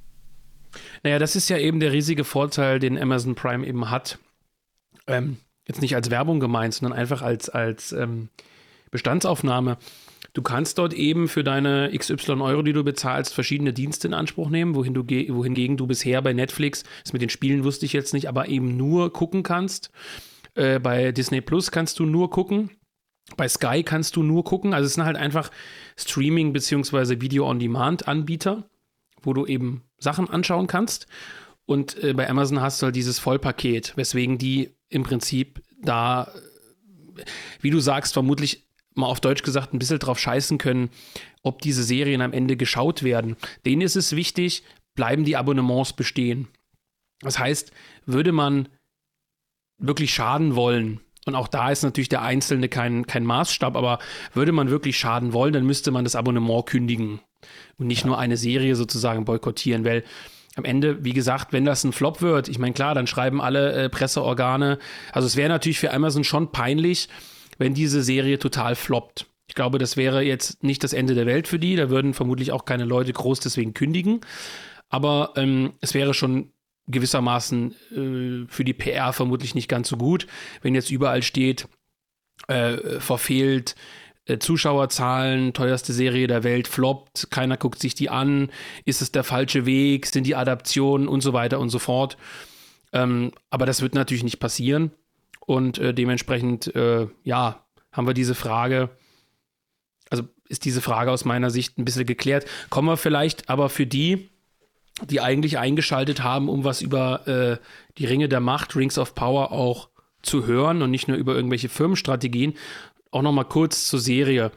Naja, das ist ja eben der riesige Vorteil, den Amazon Prime eben hat. Ähm, jetzt nicht als Werbung gemeint, sondern einfach als, als ähm, Bestandsaufnahme. Du kannst dort eben für deine X Y Euro, die du bezahlst, verschiedene Dienste in Anspruch nehmen, wohin du ge- wohingegen du bisher bei Netflix, das mit den Spielen wusste ich jetzt nicht, aber eben nur gucken kannst. Äh, bei Disney Plus kannst du nur gucken. Bei Sky kannst du nur gucken. Also es sind halt einfach Streaming- bzw. Video-on-Demand-Anbieter, wo du eben Sachen anschauen kannst. Und äh, bei Amazon hast du halt dieses Vollpaket, weswegen die im Prinzip da, wie du sagst, vermutlich mal auf Deutsch gesagt ein bisschen drauf scheißen können, ob diese Serien am Ende geschaut werden. Denen ist es wichtig, bleiben die Abonnements bestehen. Das heißt, würde man wirklich schaden wollen, und auch da ist natürlich der Einzelne kein, kein Maßstab, aber würde man wirklich schaden wollen, dann müsste man das Abonnement kündigen und nicht ja. nur eine Serie sozusagen boykottieren, weil am Ende, wie gesagt, wenn das ein Flop wird, ich meine, klar, dann schreiben alle äh, Presseorgane, also es wäre natürlich für Amazon schon peinlich, wenn diese Serie total floppt. Ich glaube, das wäre jetzt nicht das Ende der Welt für die, da würden vermutlich auch keine Leute groß deswegen kündigen, aber ähm, es wäre schon gewissermaßen äh, für die P R vermutlich nicht ganz so gut, wenn jetzt überall steht, äh, verfehlt äh, Zuschauerzahlen, teuerste Serie der Welt, floppt, keiner guckt sich die an, ist es der falsche Weg, sind die Adaptionen und so weiter und so fort. Ähm, aber das wird natürlich nicht passieren und äh, dementsprechend, äh, ja, haben wir diese Frage, also ist diese Frage aus meiner Sicht ein bisschen geklärt. Kommen wir vielleicht aber für die, die eigentlich eingeschaltet haben, um was über äh, die Ringe der Macht, Rings of Power auch zu hören und nicht nur über irgendwelche Firmenstrategien, auch noch mal kurz zur Serie.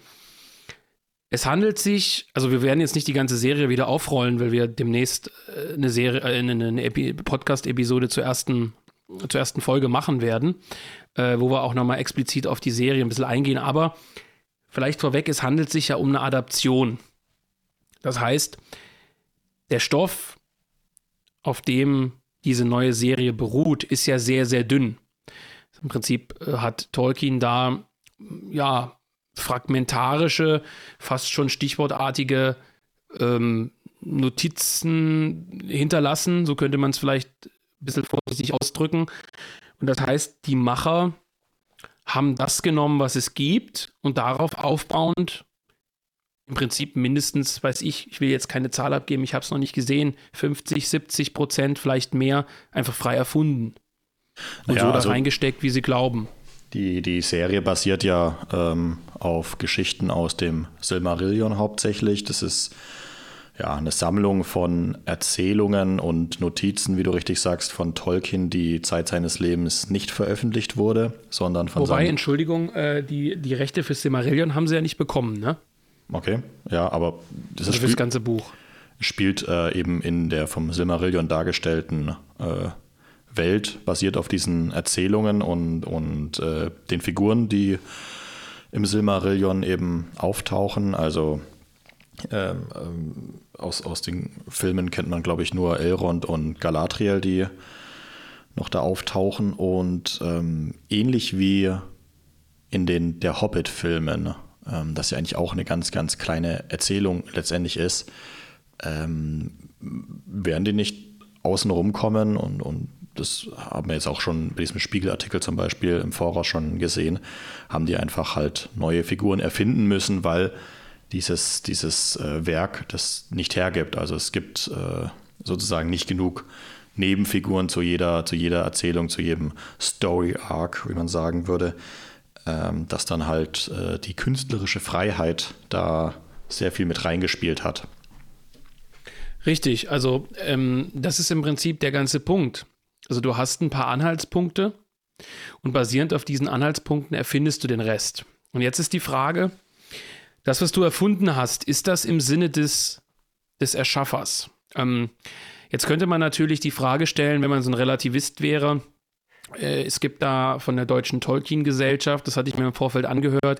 Es handelt sich, also wir werden jetzt nicht die ganze Serie wieder aufrollen, weil wir demnächst äh, eine Serie, äh, eine, eine Epi- Podcast-Episode zur ersten, zur ersten Folge machen werden, äh, wo wir auch noch mal explizit auf die Serie ein bisschen eingehen. Aber vielleicht vorweg, es handelt sich ja um eine Adaption. Das heißt, der Stoff, auf dem diese neue Serie beruht, ist ja sehr, sehr dünn. Im Prinzip äh, hat Tolkien da, ja, fragmentarische, fast schon stichwortartige ähm, Notizen hinterlassen, so könnte man es vielleicht ein bisschen vorsichtig ausdrücken. Und das heißt, die Macher haben das genommen, was es gibt und darauf aufbauend im Prinzip mindestens, weiß ich, ich will jetzt keine Zahl abgeben, ich habe es noch nicht gesehen, fünfzig, siebzig Prozent, vielleicht mehr, einfach frei erfunden. Und ja, so da also reingesteckt, wie sie glauben. Die, die Serie basiert ja ähm, auf Geschichten aus dem Silmarillion hauptsächlich. Das ist ja eine Sammlung von Erzählungen und Notizen, wie du richtig sagst, von Tolkien, die Zeit seines Lebens nicht veröffentlicht wurde, sondern von Wobei, seinen... Entschuldigung, äh, die, die Rechte für Silmarillion haben sie ja nicht bekommen, ne? Okay, ja, aber das Also ist für das ganze Buch. spielt äh, eben in der vom Silmarillion dargestellten äh, Welt, basiert auf diesen Erzählungen und, und äh, den Figuren, die im Silmarillion eben auftauchen. Also ähm, ähm, aus, aus den Filmen kennt man, glaube ich, nur Elrond und Galadriel, die noch da auftauchen. Und ähm, ähnlich wie in den der Hobbit-Filmen, ähm, das ja eigentlich auch eine ganz, ganz kleine Erzählung letztendlich ist, ähm, werden die nicht außen rumkommen und, und das haben wir jetzt auch schon bei diesem Spiegelartikel zum Beispiel im Voraus schon gesehen, haben die einfach halt neue Figuren erfinden müssen, weil dieses, dieses äh, Werk das nicht hergibt. Also es gibt äh, sozusagen nicht genug Nebenfiguren zu jeder, zu jeder Erzählung, zu jedem Story-Arc, wie man sagen würde, ähm, dass dann halt äh, die künstlerische Freiheit da sehr viel mit reingespielt hat. Richtig, also ähm, das ist im Prinzip der ganze Punkt. Also du hast ein paar Anhaltspunkte und basierend auf diesen Anhaltspunkten erfindest du den Rest. Und jetzt ist die Frage, das, was du erfunden hast, ist das im Sinne des, des Erschaffers? Ähm, jetzt könnte man natürlich die Frage stellen, wenn man so ein Relativist wäre, äh, es gibt da von der Deutschen Tolkien-Gesellschaft, das hatte ich mir im Vorfeld angehört,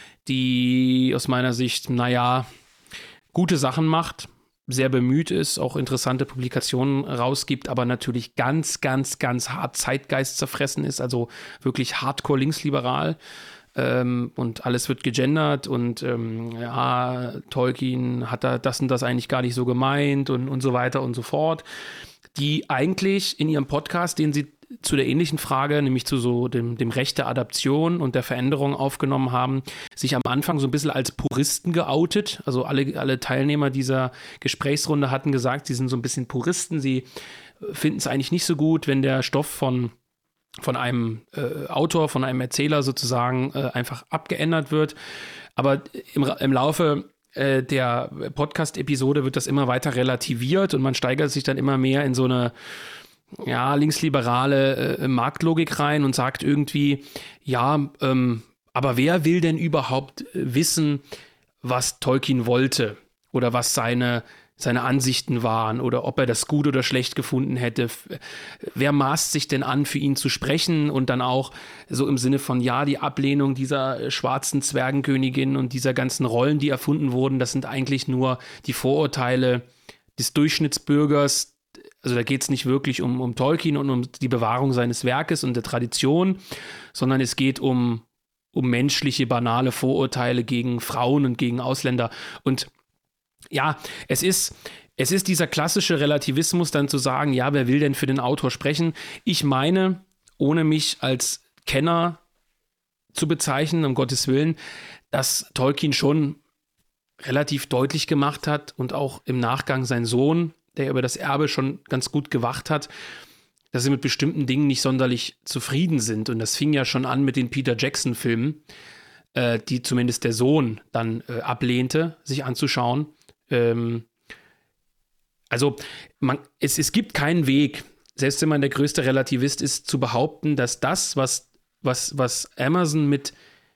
die aus meiner Sicht, naja, gute Sachen macht, sehr bemüht ist, auch interessante Publikationen rausgibt, aber natürlich ganz, ganz, ganz hart Zeitgeist zerfressen ist, also wirklich hardcore linksliberal ähm, und alles wird gegendert und ähm, ja, Tolkien hat da das und das eigentlich gar nicht so gemeint und, und so weiter und so fort, die eigentlich in ihrem Podcast, den sie zu der ähnlichen Frage, nämlich zu so dem, dem Recht der Adaption und der Veränderung aufgenommen haben, sich am Anfang so ein bisschen als Puristen geoutet. Also alle, alle Teilnehmer dieser Gesprächsrunde hatten gesagt, sie sind so ein bisschen Puristen. Sie finden es eigentlich nicht so gut, wenn der Stoff von, von einem äh, Autor, von einem Erzähler sozusagen äh, einfach abgeändert wird. Aber im, im Laufe äh, der Podcast-Episode wird das immer weiter relativiert und man steigert sich dann immer mehr in so eine ja, linksliberale äh, Marktlogik rein und sagt irgendwie, ja, ähm, aber wer will denn überhaupt wissen, was Tolkien wollte oder was seine, seine Ansichten waren oder ob er das gut oder schlecht gefunden hätte? Wer maßt sich denn an, für ihn zu sprechen und dann auch so im Sinne von, ja, die Ablehnung dieser schwarzen Zwergenkönigin und dieser ganzen Rollen, die erfunden wurden, das sind eigentlich nur die Vorurteile des Durchschnittsbürgers. Also da geht es nicht wirklich um, um Tolkien und um die Bewahrung seines Werkes und der Tradition, sondern es geht um, um menschliche, banale Vorurteile gegen Frauen und gegen Ausländer. Und ja, es ist, es ist dieser klassische Relativismus, dann zu sagen, ja, wer will denn für den Autor sprechen? Ich meine, ohne mich als Kenner zu bezeichnen, um Gottes Willen, dass Tolkien schon relativ deutlich gemacht hat und auch im Nachgang sein Sohn, der über das Erbe schon ganz gut gewacht hat, dass sie mit bestimmten Dingen nicht sonderlich zufrieden sind. Und das fing ja schon an mit den Peter Jackson-Filmen, äh, die zumindest der Sohn dann äh, ablehnte, sich anzuschauen. Ähm, also man, es, es gibt keinen Weg, selbst wenn man der größte Relativist ist, zu behaupten, dass das, was, was, was Amazon mit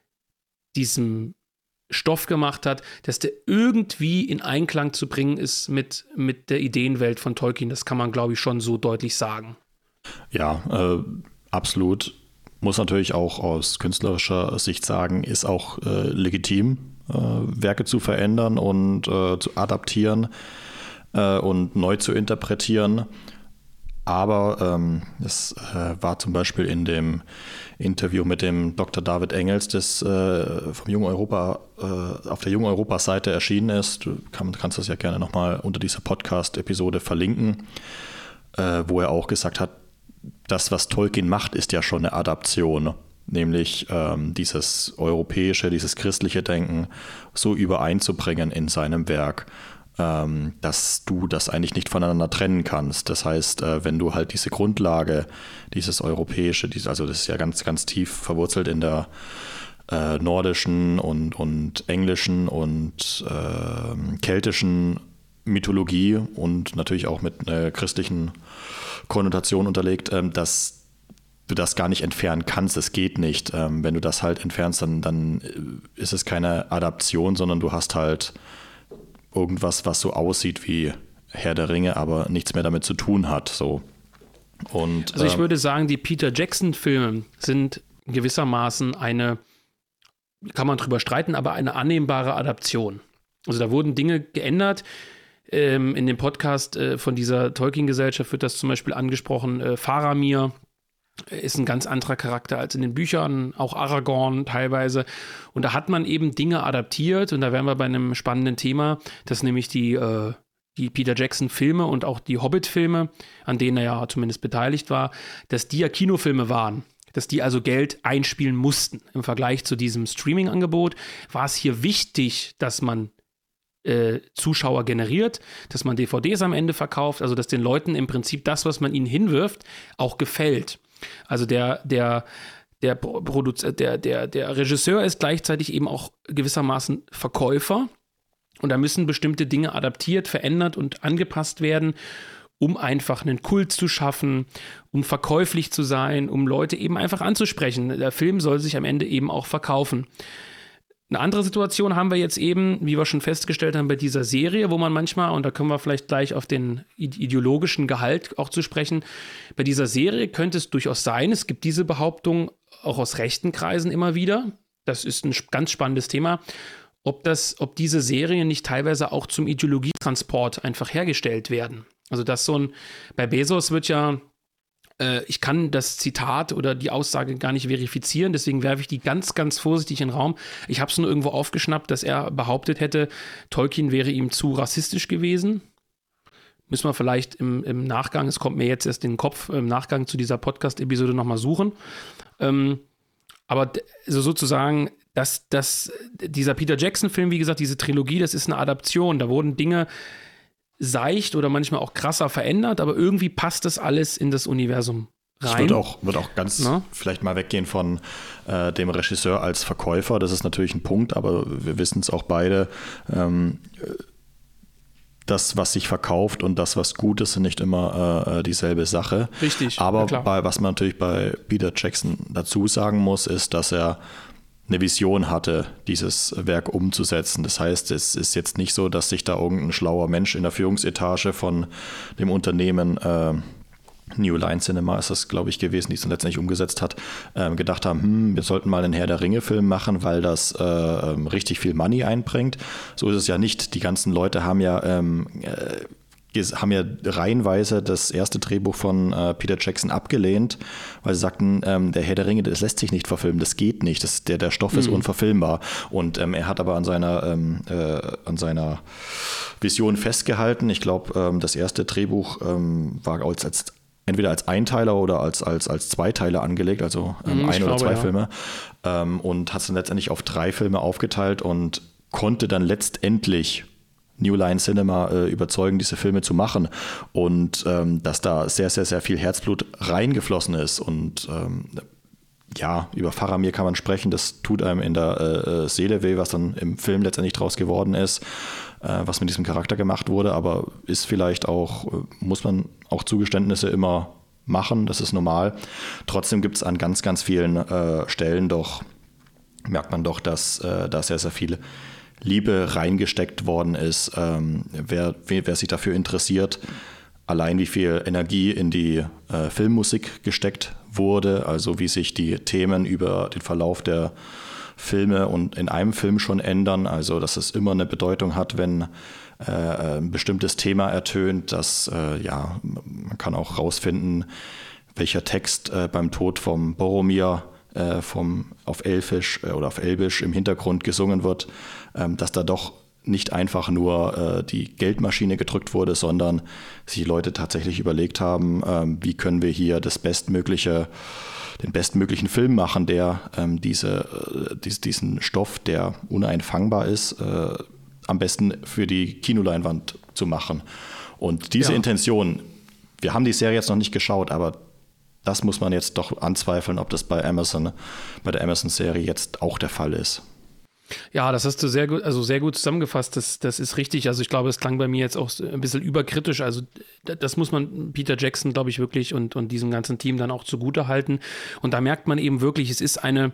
diesem Stoff gemacht hat, dass der irgendwie in Einklang zu bringen ist mit, mit der Ideenwelt von Tolkien. Das kann man, glaube ich, schon so deutlich sagen. Ja, äh, absolut. Muss natürlich auch aus künstlerischer Sicht sagen, ist auch äh, legitim, äh, Werke zu verändern und äh, zu adaptieren äh, und neu zu interpretieren. Aber ähm, das äh, war zum Beispiel in dem Interview mit dem Doktor David Engels, das äh, vom Jung Europa, äh, auf der Jung Europa-Seite erschienen ist. Du kann, kannst das ja gerne nochmal unter dieser Podcast-Episode verlinken, äh, wo er auch gesagt hat, das, was Tolkien macht, ist ja schon eine Adaption, nämlich ähm, dieses europäische, dieses christliche Denken so übereinzubringen in seinem Werk, ähm, dass du das eigentlich nicht voneinander trennen kannst. Das heißt, äh, wenn du halt diese Grundlage, dieses europäische, dieses, also das ist ja ganz, ganz tief verwurzelt in der äh, nordischen und, und englischen und äh, keltischen Mythologie und natürlich auch mit einer christlichen Konnotation unterlegt, ähm, dass du das gar nicht entfernen kannst. Es geht nicht. Ähm, wenn du das halt entfernst, dann, dann ist es keine Adaption, sondern du hast halt irgendwas, was so aussieht wie Herr der Ringe, aber nichts mehr damit zu tun hat. So. Und, also ich ähm, würde sagen, die Peter Jackson-Filme sind gewissermaßen eine, kann man drüber streiten, aber eine annehmbare Adaption. Also da wurden Dinge geändert. Ähm, in dem Podcast äh, von dieser Tolkien-Gesellschaft wird das zum Beispiel angesprochen. Äh, Faramir ist ein ganz anderer Charakter als in den Büchern, auch Aragorn teilweise. Und da hat man eben Dinge adaptiert und da wären wir bei einem spannenden Thema, das nämlich die, äh, die Peter Jackson-Filme und auch die Hobbit-Filme, an denen er ja zumindest beteiligt war, dass die ja Kinofilme waren. Dass die also Geld einspielen mussten. Im Vergleich zu diesem Streaming-Angebot war es hier wichtig, dass man Äh, Zuschauer generiert, dass man D V Ds am Ende verkauft, also dass den Leuten im Prinzip das, was man ihnen hinwirft, auch gefällt. Also der, der, der, Produz- der, der, der Regisseur ist gleichzeitig eben auch gewissermaßen Verkäufer und da müssen bestimmte Dinge adaptiert, verändert und angepasst werden, um einfach einen Kult zu schaffen, um verkäuflich zu sein, um Leute eben einfach anzusprechen. Der Film soll sich am Ende eben auch verkaufen. Eine andere Situation haben wir jetzt eben, wie wir schon festgestellt haben, bei dieser Serie, wo man manchmal, und da können wir vielleicht gleich auf den ideologischen Gehalt auch zu sprechen, bei dieser Serie könnte es durchaus sein, es gibt diese Behauptung auch aus rechten Kreisen immer wieder, das ist ein ganz spannendes Thema, ob, das, ob diese Serien nicht teilweise auch zum Ideologietransport einfach hergestellt werden. Also dass so ein, bei Bezos wird ja, ich kann das Zitat oder die Aussage gar nicht verifizieren, deswegen werfe ich die ganz, ganz vorsichtig in den Raum. Ich habe es nur irgendwo aufgeschnappt, dass er behauptet hätte, Tolkien wäre ihm zu rassistisch gewesen. Müssen wir vielleicht im, im Nachgang, es kommt mir jetzt erst in den Kopf, im Nachgang zu dieser Podcast-Episode nochmal suchen. Ähm, aber also sozusagen, dass, dass dieser Peter Jackson-Film, wie gesagt, diese Trilogie, das ist eine Adaption. Da wurden Dinge seicht oder manchmal auch krasser verändert, aber irgendwie passt das alles in das Universum rein. Ich würde auch, würd auch ganz Na? vielleicht mal weggehen von äh, dem Regisseur als Verkäufer. Das ist natürlich ein Punkt, aber wir wissen es auch beide. Ähm, das, was sich verkauft und das, was gut ist, sind nicht immer äh, dieselbe Sache. Richtig. Aber bei, was man natürlich bei Peter Jackson dazu sagen muss, ist, dass er eine Vision hatte, dieses Werk umzusetzen. Das heißt, es ist jetzt nicht so, dass sich da irgendein schlauer Mensch in der Führungsetage von dem Unternehmen äh, New Line Cinema ist das, glaube ich, gewesen, die es dann letztendlich umgesetzt hat, äh, gedacht haben, hm, wir sollten mal einen Herr der Ringe-Film machen, weil das äh, richtig viel Money einbringt. So ist es ja nicht. Die ganzen Leute haben ja ähm, äh, haben ja reihenweise das erste Drehbuch von äh, Peter Jackson abgelehnt, weil sie sagten, ähm, der Herr der Ringe, das lässt sich nicht verfilmen, das geht nicht, das, der, der Stoff ist mhm. unverfilmbar. Und ähm, er hat aber an seiner, ähm, äh, an seiner Vision festgehalten. Ich glaube, ähm, das erste Drehbuch ähm, war als, als entweder als Einteiler oder als, als, als Zweiteiler angelegt, also ähm, Mhm, ein ich oder glaube, zwei ja. Filme. Ähm, und hat es dann letztendlich auf drei Filme aufgeteilt und konnte dann letztendlich New Line Cinema äh, überzeugen, diese Filme zu machen. Und ähm, dass da sehr, sehr, sehr viel Herzblut reingeflossen ist. Und ähm, ja, über Faramir kann man sprechen, das tut einem in der äh, Seele weh, was dann im Film letztendlich draus geworden ist, äh, was mit diesem Charakter gemacht wurde, aber ist vielleicht auch, äh, muss man auch Zugeständnisse immer machen, das ist normal. Trotzdem gibt es an ganz, ganz vielen äh, Stellen doch, merkt man doch, dass äh, da sehr, sehr viel Liebe reingesteckt worden ist. Ähm, wer, wer sich dafür interessiert, allein wie viel Energie in die äh, Filmmusik gesteckt wurde, also wie sich die Themen über den Verlauf der Filme und in einem Film schon ändern, also dass es immer eine Bedeutung hat, wenn äh, ein bestimmtes Thema ertönt, dass äh, ja, man kann auch rausfinden, welcher Text äh, beim Tod vom Boromir äh, vom, auf Elfisch äh, oder auf Elbisch im Hintergrund gesungen wird, ähm, dass da doch nicht einfach nur äh, die Geldmaschine gedrückt wurde, sondern sich Leute tatsächlich überlegt haben, ähm, wie können wir hier das bestmögliche, den bestmöglichen Film machen, der ähm, diese, äh, dies, diesen Stoff, der uneinfangbar ist, äh, am besten für die Kinoleinwand zu machen. Und diese Ja. Intention, wir haben die Serie jetzt noch nicht geschaut, aber das muss man jetzt doch anzweifeln, ob das bei Amazon, bei der Amazon-Serie jetzt auch der Fall ist. Ja, das hast du sehr gut, also sehr gut zusammengefasst. Das, das ist richtig. Also ich glaube, es klang bei mir jetzt auch ein bisschen überkritisch. Also das muss man Peter Jackson, glaube ich, wirklich und, und diesem ganzen Team dann auch zugute halten. Und da merkt man eben wirklich, es ist eine,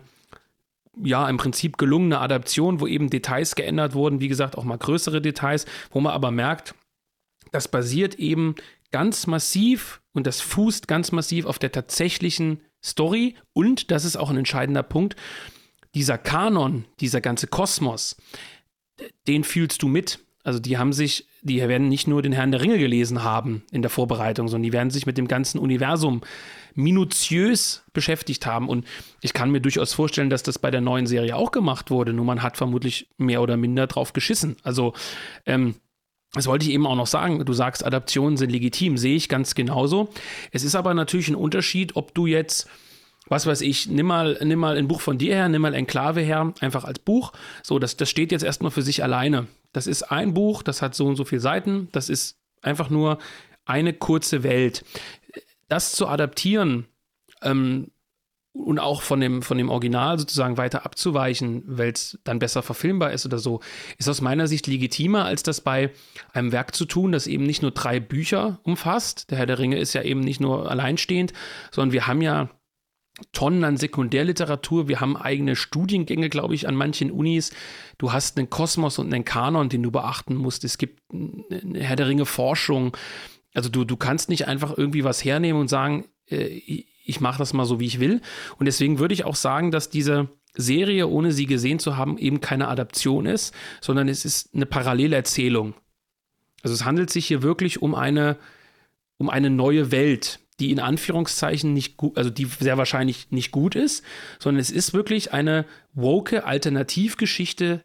ja, im Prinzip gelungene Adaption, wo eben Details geändert wurden. Wie gesagt, auch mal größere Details, wo man aber merkt, das basiert eben ganz massiv und das fußt ganz massiv auf der tatsächlichen Story. Und, das ist auch ein entscheidender Punkt, dieser Kanon, dieser ganze Kosmos, den fühlst du mit. Also die haben sich, die werden nicht nur den Herrn der Ringe gelesen haben in der Vorbereitung, sondern die werden sich mit dem ganzen Universum minutiös beschäftigt haben. Und ich kann mir durchaus vorstellen, dass das bei der neuen Serie auch gemacht wurde, nur man hat vermutlich mehr oder minder drauf geschissen. Also ähm, das wollte ich eben auch noch sagen. Du sagst, Adaptionen sind legitim, sehe ich ganz genauso. Es ist aber natürlich ein Unterschied, ob du jetzt, was weiß ich, nimm mal, nimm mal ein Buch von dir her, nimm mal Enklave her, einfach als Buch. So, das, das steht jetzt erstmal für sich alleine. Das ist ein Buch, das hat so und so viele Seiten, das ist einfach nur eine kurze Welt. Das zu adaptieren ähm, und auch von dem, von dem Original sozusagen weiter abzuweichen, weil es dann besser verfilmbar ist oder so, ist aus meiner Sicht legitimer, als das bei einem Werk zu tun, das eben nicht nur drei Bücher umfasst. Der Herr der Ringe ist ja eben nicht nur alleinstehend, sondern wir haben ja Tonnen an Sekundärliteratur, wir haben eigene Studiengänge, glaube ich, an manchen Unis. Du hast einen Kosmos und einen Kanon, den du beachten musst. Es gibt eine Herr der Ringe Forschung. Also du, du kannst nicht einfach irgendwie was hernehmen und sagen, äh, ich mache das mal so, wie ich will. Und deswegen würde ich auch sagen, dass diese Serie, ohne sie gesehen zu haben, eben keine Adaption ist, sondern es ist eine Parallelerzählung. Also es handelt sich hier wirklich um eine, um eine neue Welt, die in Anführungszeichen nicht gut, also die sehr wahrscheinlich nicht gut ist, sondern es ist wirklich eine woke Alternativgeschichte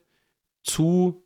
zu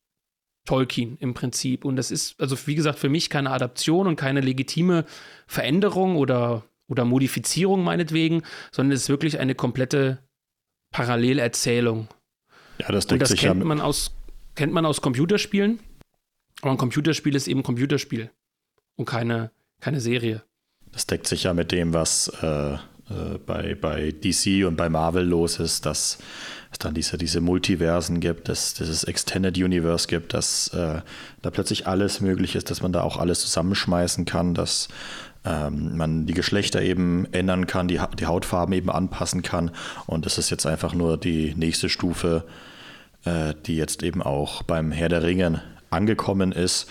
Tolkien im Prinzip. Und das ist, also wie gesagt, für mich keine Adaption und keine legitime Veränderung oder, oder Modifizierung meinetwegen, sondern es ist wirklich eine komplette Parallelerzählung. Ja, das und deckt das sich kennt ja man aus, kennt man aus Computerspielen, aber ein Computerspiel ist eben ein Computerspiel und keine, keine Serie. Das deckt sich ja mit dem, was äh, äh, bei, bei D C und bei Marvel los ist, dass es dann diese, diese Multiversen gibt, dass dieses Extended Universe gibt, dass äh, da plötzlich alles möglich ist, dass man da auch alles zusammenschmeißen kann, dass ähm, man die Geschlechter eben ändern kann, die, die Hautfarben eben anpassen kann. Und das ist jetzt einfach nur die nächste Stufe, äh, die jetzt eben auch beim Herr der Ringe angekommen ist.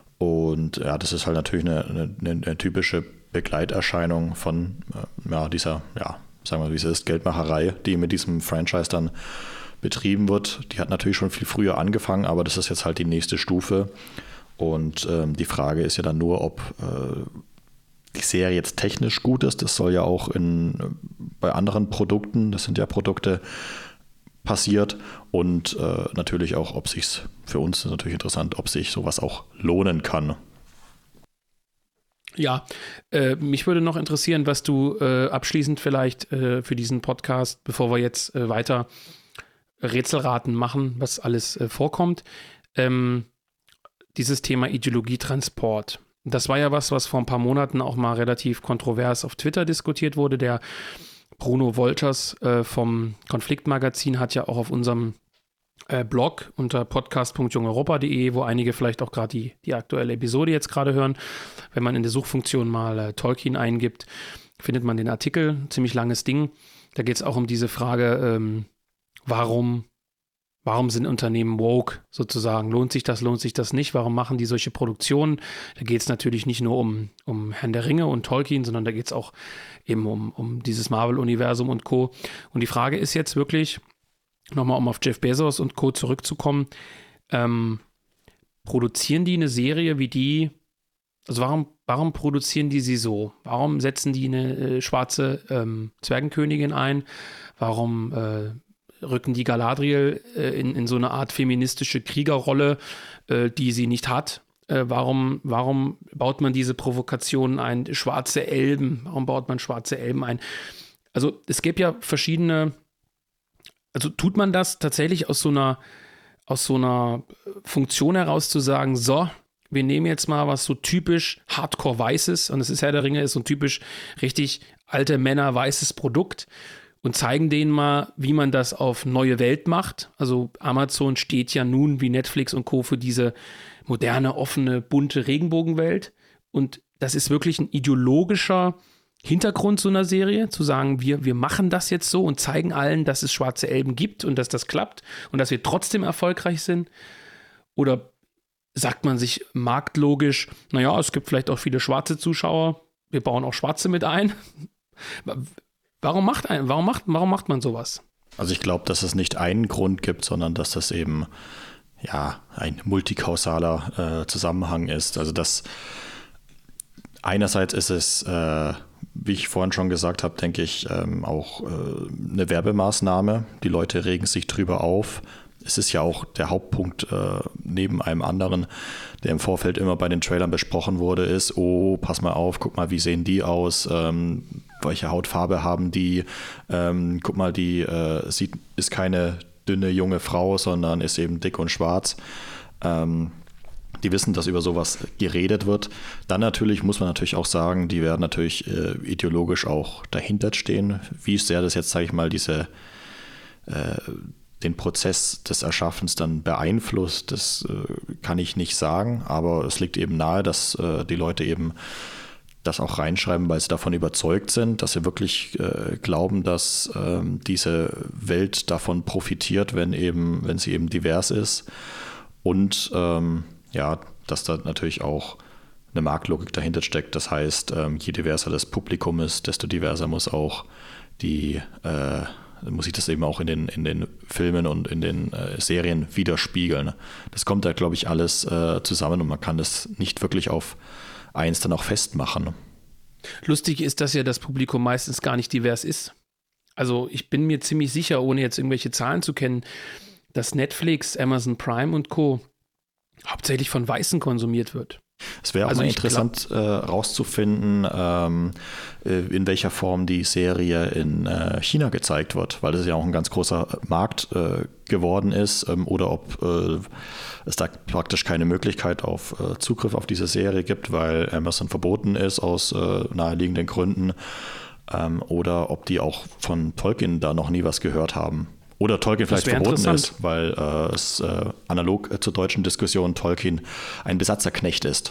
Und ja, das ist halt natürlich eine, eine, eine typische Begleiterscheinung von äh, ja, dieser, ja, sagen wir, wie es ist, Geldmacherei, die mit diesem Franchise dann betrieben wird. Die hat natürlich schon viel früher angefangen, aber das ist jetzt halt die nächste Stufe. Und ähm, die Frage ist ja dann nur, ob äh, die Serie jetzt technisch gut ist. Das soll ja auch in, bei anderen Produkten, das sind ja Produkte, passiert. Und äh, natürlich auch, ob sich's für uns ist natürlich interessant, ob sich sowas auch lohnen kann. Ja, äh, mich würde noch interessieren, was du äh, abschließend vielleicht äh, für diesen Podcast, bevor wir jetzt äh, weiter Rätselraten machen, was alles äh, vorkommt, ähm, dieses Thema Ideologietransport. Das war ja was, was vor ein paar Monaten auch mal relativ kontrovers auf Twitter diskutiert wurde. Der Bruno Wolters äh, vom Konfliktmagazin hat ja auch auf unserem äh, Blog unter podcast punkt jungeuropa punkt de, wo einige vielleicht auch gerade die, die aktuelle Episode jetzt gerade hören, wenn man in der Suchfunktion mal äh, Tolkien eingibt, findet man den Artikel, ziemlich langes Ding. Da geht es auch um diese Frage, ähm, warum Warum sind Unternehmen woke sozusagen? Lohnt sich das, lohnt sich das nicht? Warum machen die solche Produktionen? Da geht es natürlich nicht nur um, um Herrn der Ringe und Tolkien, sondern da geht es auch eben um, um dieses Marvel-Universum und Co. Und die Frage ist jetzt wirklich, nochmal um auf Jeff Bezos und Co. zurückzukommen, ähm, produzieren die eine Serie wie die, also warum, warum produzieren die sie so? Warum setzen die eine äh, schwarze ähm, Zwergenkönigin ein? Warum äh, rücken die Galadriel äh, in, in so eine Art feministische Kriegerrolle, äh, die sie nicht hat? Äh, warum, warum baut man diese Provokationen ein? Schwarze Elben, warum baut man schwarze Elben ein? Also es gibt ja verschiedene, also tut man das tatsächlich aus so einer, aus so einer Funktion heraus zu sagen, so, wir nehmen jetzt mal was so typisch Hardcore-Weißes, und es ist Herr der Ringe, ist so ein typisch richtig alte Männer weißes Produkt, und zeigen denen mal, wie man das auf neue Welt macht. Also Amazon steht ja nun wie Netflix und Co. für diese moderne, offene, bunte Regenbogenwelt. Und das ist wirklich ein ideologischer Hintergrund so einer Serie, zu sagen, wir, wir machen das jetzt so und zeigen allen, dass es schwarze Elben gibt und dass das klappt und dass wir trotzdem erfolgreich sind. Oder sagt man sich marktlogisch, naja, es gibt vielleicht auch viele schwarze Zuschauer, wir bauen auch Schwarze mit ein. Warum macht, ein, warum, macht, warum macht man sowas? Also ich glaube, dass es nicht einen Grund gibt, sondern dass das eben ja ein multikausaler äh, Zusammenhang ist. Also das einerseits ist es, äh, wie ich vorhin schon gesagt habe, denke ich, ähm, auch äh, eine Werbemaßnahme. Die Leute regen sich drüber auf. Es ist ja auch der Hauptpunkt äh, neben einem anderen, der im Vorfeld immer bei den Trailern besprochen wurde, ist, oh, pass mal auf, guck mal, wie sehen die aus, ähm, welche Hautfarbe haben die, ähm, guck mal, die äh, sieht, ist keine dünne junge Frau, sondern ist eben dick und schwarz. Ähm, die wissen, dass über sowas geredet wird. Dann natürlich muss man natürlich auch sagen, die werden natürlich äh, ideologisch auch dahinter stehen, wie sehr das jetzt, sage ich mal, diese äh, den Prozess des Erschaffens dann beeinflusst, das äh, kann ich nicht sagen, aber es liegt eben nahe, dass äh, die Leute eben das auch reinschreiben, weil sie davon überzeugt sind, dass sie wirklich äh, glauben, dass äh, diese Welt davon profitiert, wenn eben, wenn sie eben divers ist, und ähm, ja, dass da natürlich auch eine Marktlogik dahinter steckt. Das heißt, ähm, je diverser das Publikum ist, desto diverser muss auch die äh, muss ich das eben auch in den, in den Filmen und in den äh, Serien widerspiegeln. Das kommt da, glaube ich, alles äh, zusammen, und man kann das nicht wirklich auf eins dann auch festmachen. Lustig ist, dass ja das Publikum meistens gar nicht divers ist. Also ich bin mir ziemlich sicher, ohne jetzt irgendwelche Zahlen zu kennen, dass Netflix, Amazon Prime und Co. hauptsächlich von Weißen konsumiert wird. Es wäre auch also mal interessant äh, rauszufinden, ähm, in welcher Form die Serie in äh, China gezeigt wird, weil das ja auch ein ganz großer Markt äh, geworden ist, ähm, oder ob äh, es da praktisch keine Möglichkeit auf äh, Zugriff auf diese Serie gibt, weil Amazon verboten ist aus äh, naheliegenden Gründen, ähm, oder ob die auch von Tolkien da noch nie was gehört haben. Oder Tolkien vielleicht verboten ist, weil äh, es äh, analog äh, zur deutschen Diskussion Tolkien ein Besatzerknecht ist.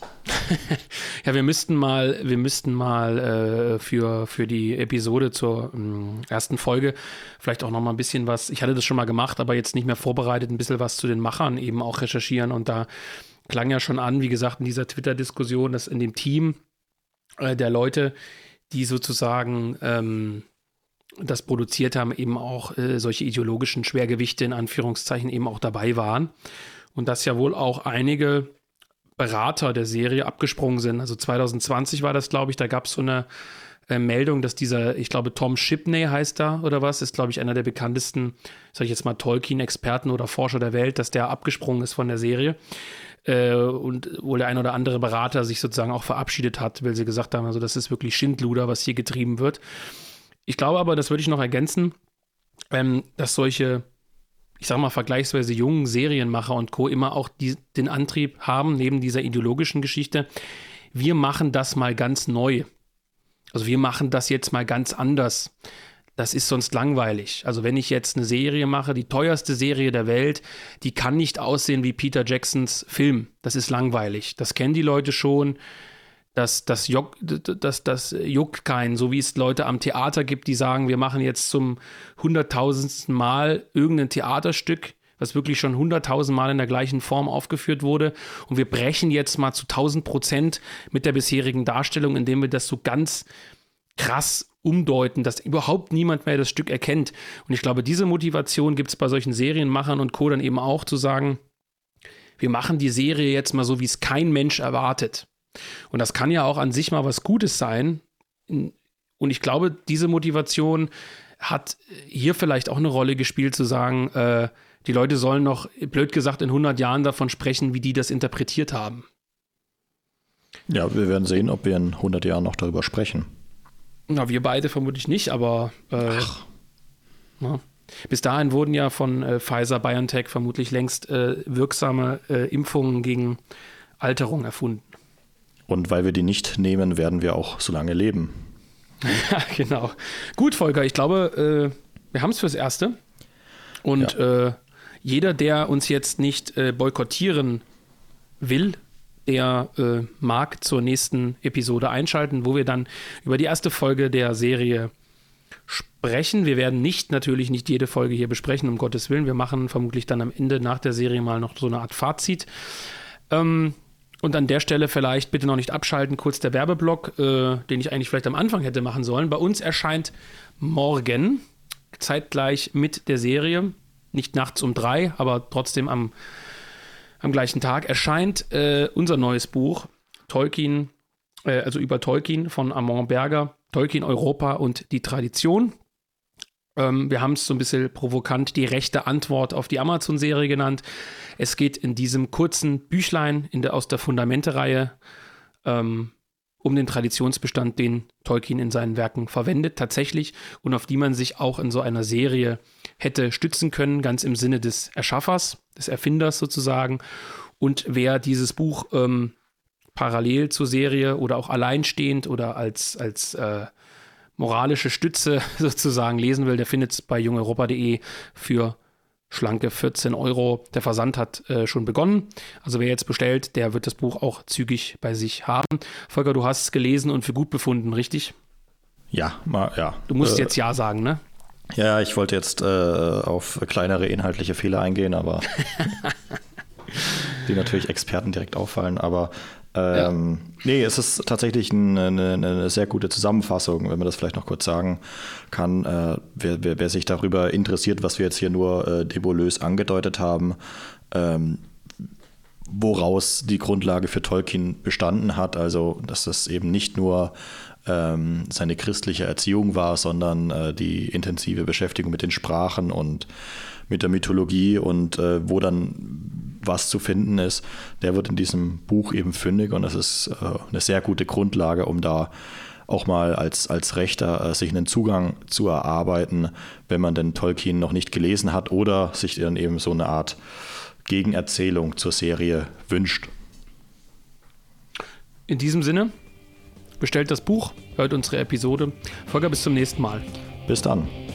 Ja, wir müssten mal, wir müssten mal äh, für, für die Episode zur ähm, ersten Folge vielleicht auch noch mal ein bisschen was, ich hatte das schon mal gemacht, aber jetzt nicht mehr vorbereitet, ein bisschen was zu den Machern eben auch recherchieren, und da klang ja schon an, wie gesagt, in dieser Twitter-Diskussion, dass in dem Team äh, der Leute, die sozusagen ähm, das produziert haben, eben auch äh, solche ideologischen Schwergewichte in Anführungszeichen eben auch dabei waren, und dass ja wohl auch einige Berater der Serie abgesprungen sind. Also zwanzig zwanzig war das, glaube ich, da gab es so eine äh, Meldung, dass dieser, ich glaube, Tom Shipney heißt da oder was, ist, glaube ich, einer der bekanntesten, sag ich jetzt mal, Tolkien-Experten oder Forscher der Welt, dass der abgesprungen ist von der Serie. Äh, und wohl der ein oder andere Berater sich sozusagen auch verabschiedet hat, weil sie gesagt haben, also das ist wirklich Schindluder, was hier getrieben wird. Ich glaube aber, das würde ich noch ergänzen, ähm, dass solche, ich sag mal, vergleichsweise jungen Serienmacher und Co. immer auch die, den Antrieb haben, neben dieser ideologischen Geschichte, wir machen das mal ganz neu. Also wir machen das jetzt mal ganz anders. Das ist sonst langweilig. Also wenn ich jetzt eine Serie mache, die teuerste Serie der Welt, die kann nicht aussehen wie Peter Jacksons Film. Das ist langweilig. Das kennen die Leute schon. Das, das, juck, das, das juckt keinen. So wie es Leute am Theater gibt, die sagen, wir machen jetzt zum hunderttausendsten Mal irgendein Theaterstück, was wirklich schon hunderttausend Mal in der gleichen Form aufgeführt wurde. Und wir brechen jetzt mal zu tausend Prozent mit der bisherigen Darstellung, indem wir das so ganz krass umdeuten, dass überhaupt niemand mehr das Stück erkennt. Und ich glaube, diese Motivation gibt es bei solchen Serienmachern und Co. dann eben auch, zu sagen, wir machen die Serie jetzt mal so, wie es kein Mensch erwartet. Und das kann ja auch an sich mal was Gutes sein. Und ich glaube, diese Motivation hat hier vielleicht auch eine Rolle gespielt, zu sagen, äh, die Leute sollen noch, blöd gesagt, in hundert Jahren davon sprechen, wie die das interpretiert haben. Ja, wir werden sehen, ob wir in hundert Jahren noch darüber sprechen. Na, wir beide vermutlich nicht, aber äh, na, bis dahin wurden ja von äh, Pfizer, BioNTech vermutlich längst äh, wirksame äh, Impfungen gegen Alterung erfunden. Und weil wir die nicht nehmen, werden wir auch so lange leben. Ja, genau. Gut, Volker, ich glaube, äh, wir haben es fürs Erste. Und ja. äh, jeder, der uns jetzt nicht äh, boykottieren will, der äh, mag zur nächsten Episode einschalten, wo wir dann über die erste Folge der Serie sprechen. Wir werden nicht, natürlich nicht jede Folge hier besprechen, um Gottes Willen. Wir machen vermutlich dann am Ende nach der Serie mal noch so eine Art Fazit. Ähm, und an der Stelle vielleicht bitte noch nicht abschalten, kurz der Werbeblock, äh, den ich eigentlich vielleicht am Anfang hätte machen sollen. Bei uns erscheint morgen, zeitgleich mit der Serie, nicht nachts um drei, aber trotzdem am Am gleichen Tag erscheint äh, unser neues Buch, Tolkien, äh, also über Tolkien von Armand Berger, Tolkien, Europa und die Tradition. Ähm, wir haben es so ein bisschen provokant die rechte Antwort auf die Amazon-Serie genannt. Es geht in diesem kurzen Büchlein in der, aus der Fundamente-Reihe ähm, um den Traditionsbestand, den Tolkien in seinen Werken verwendet, tatsächlich, und auf die man sich auch in so einer Serie hätte stützen können, ganz im Sinne des Erschaffers, des Erfinders sozusagen. Und wer dieses Buch ähm, parallel zur Serie oder auch alleinstehend oder als, als äh, moralische Stütze sozusagen lesen will, der findet es bei jungeuropa punkt de für schlanke vierzehn Euro. Der Versand hat äh, schon begonnen. Also wer jetzt bestellt, der wird das Buch auch zügig bei sich haben. Volker, du hast es gelesen und für gut befunden, richtig? Ja, mal, ja. Du musst äh, jetzt Ja sagen, ne? Ja, ich wollte jetzt äh, auf kleinere inhaltliche Fehler eingehen, aber die natürlich Experten direkt auffallen. Aber ähm, ja. nee, es ist tatsächlich eine, eine, eine sehr gute Zusammenfassung, wenn man das vielleicht noch kurz sagen kann. Äh, wer, wer, wer sich darüber interessiert, was wir jetzt hier nur äh, nebulös angedeutet haben, ähm, woraus die Grundlage für Tolkien bestanden hat, also dass das eben nicht nur ähm, seine christliche Erziehung war, sondern äh, die intensive Beschäftigung mit den Sprachen und mit der Mythologie und äh, wo dann was zu finden ist, der wird in diesem Buch eben fündig, und es ist äh, eine sehr gute Grundlage, um da auch mal als, als Rechter äh, sich einen Zugang zu erarbeiten, wenn man denn Tolkien noch nicht gelesen hat oder sich dann eben so eine Art Gegenerzählung zur Serie wünscht. In diesem Sinne, bestellt das Buch, hört unsere Episode. Volker, bis zum nächsten Mal. Bis dann.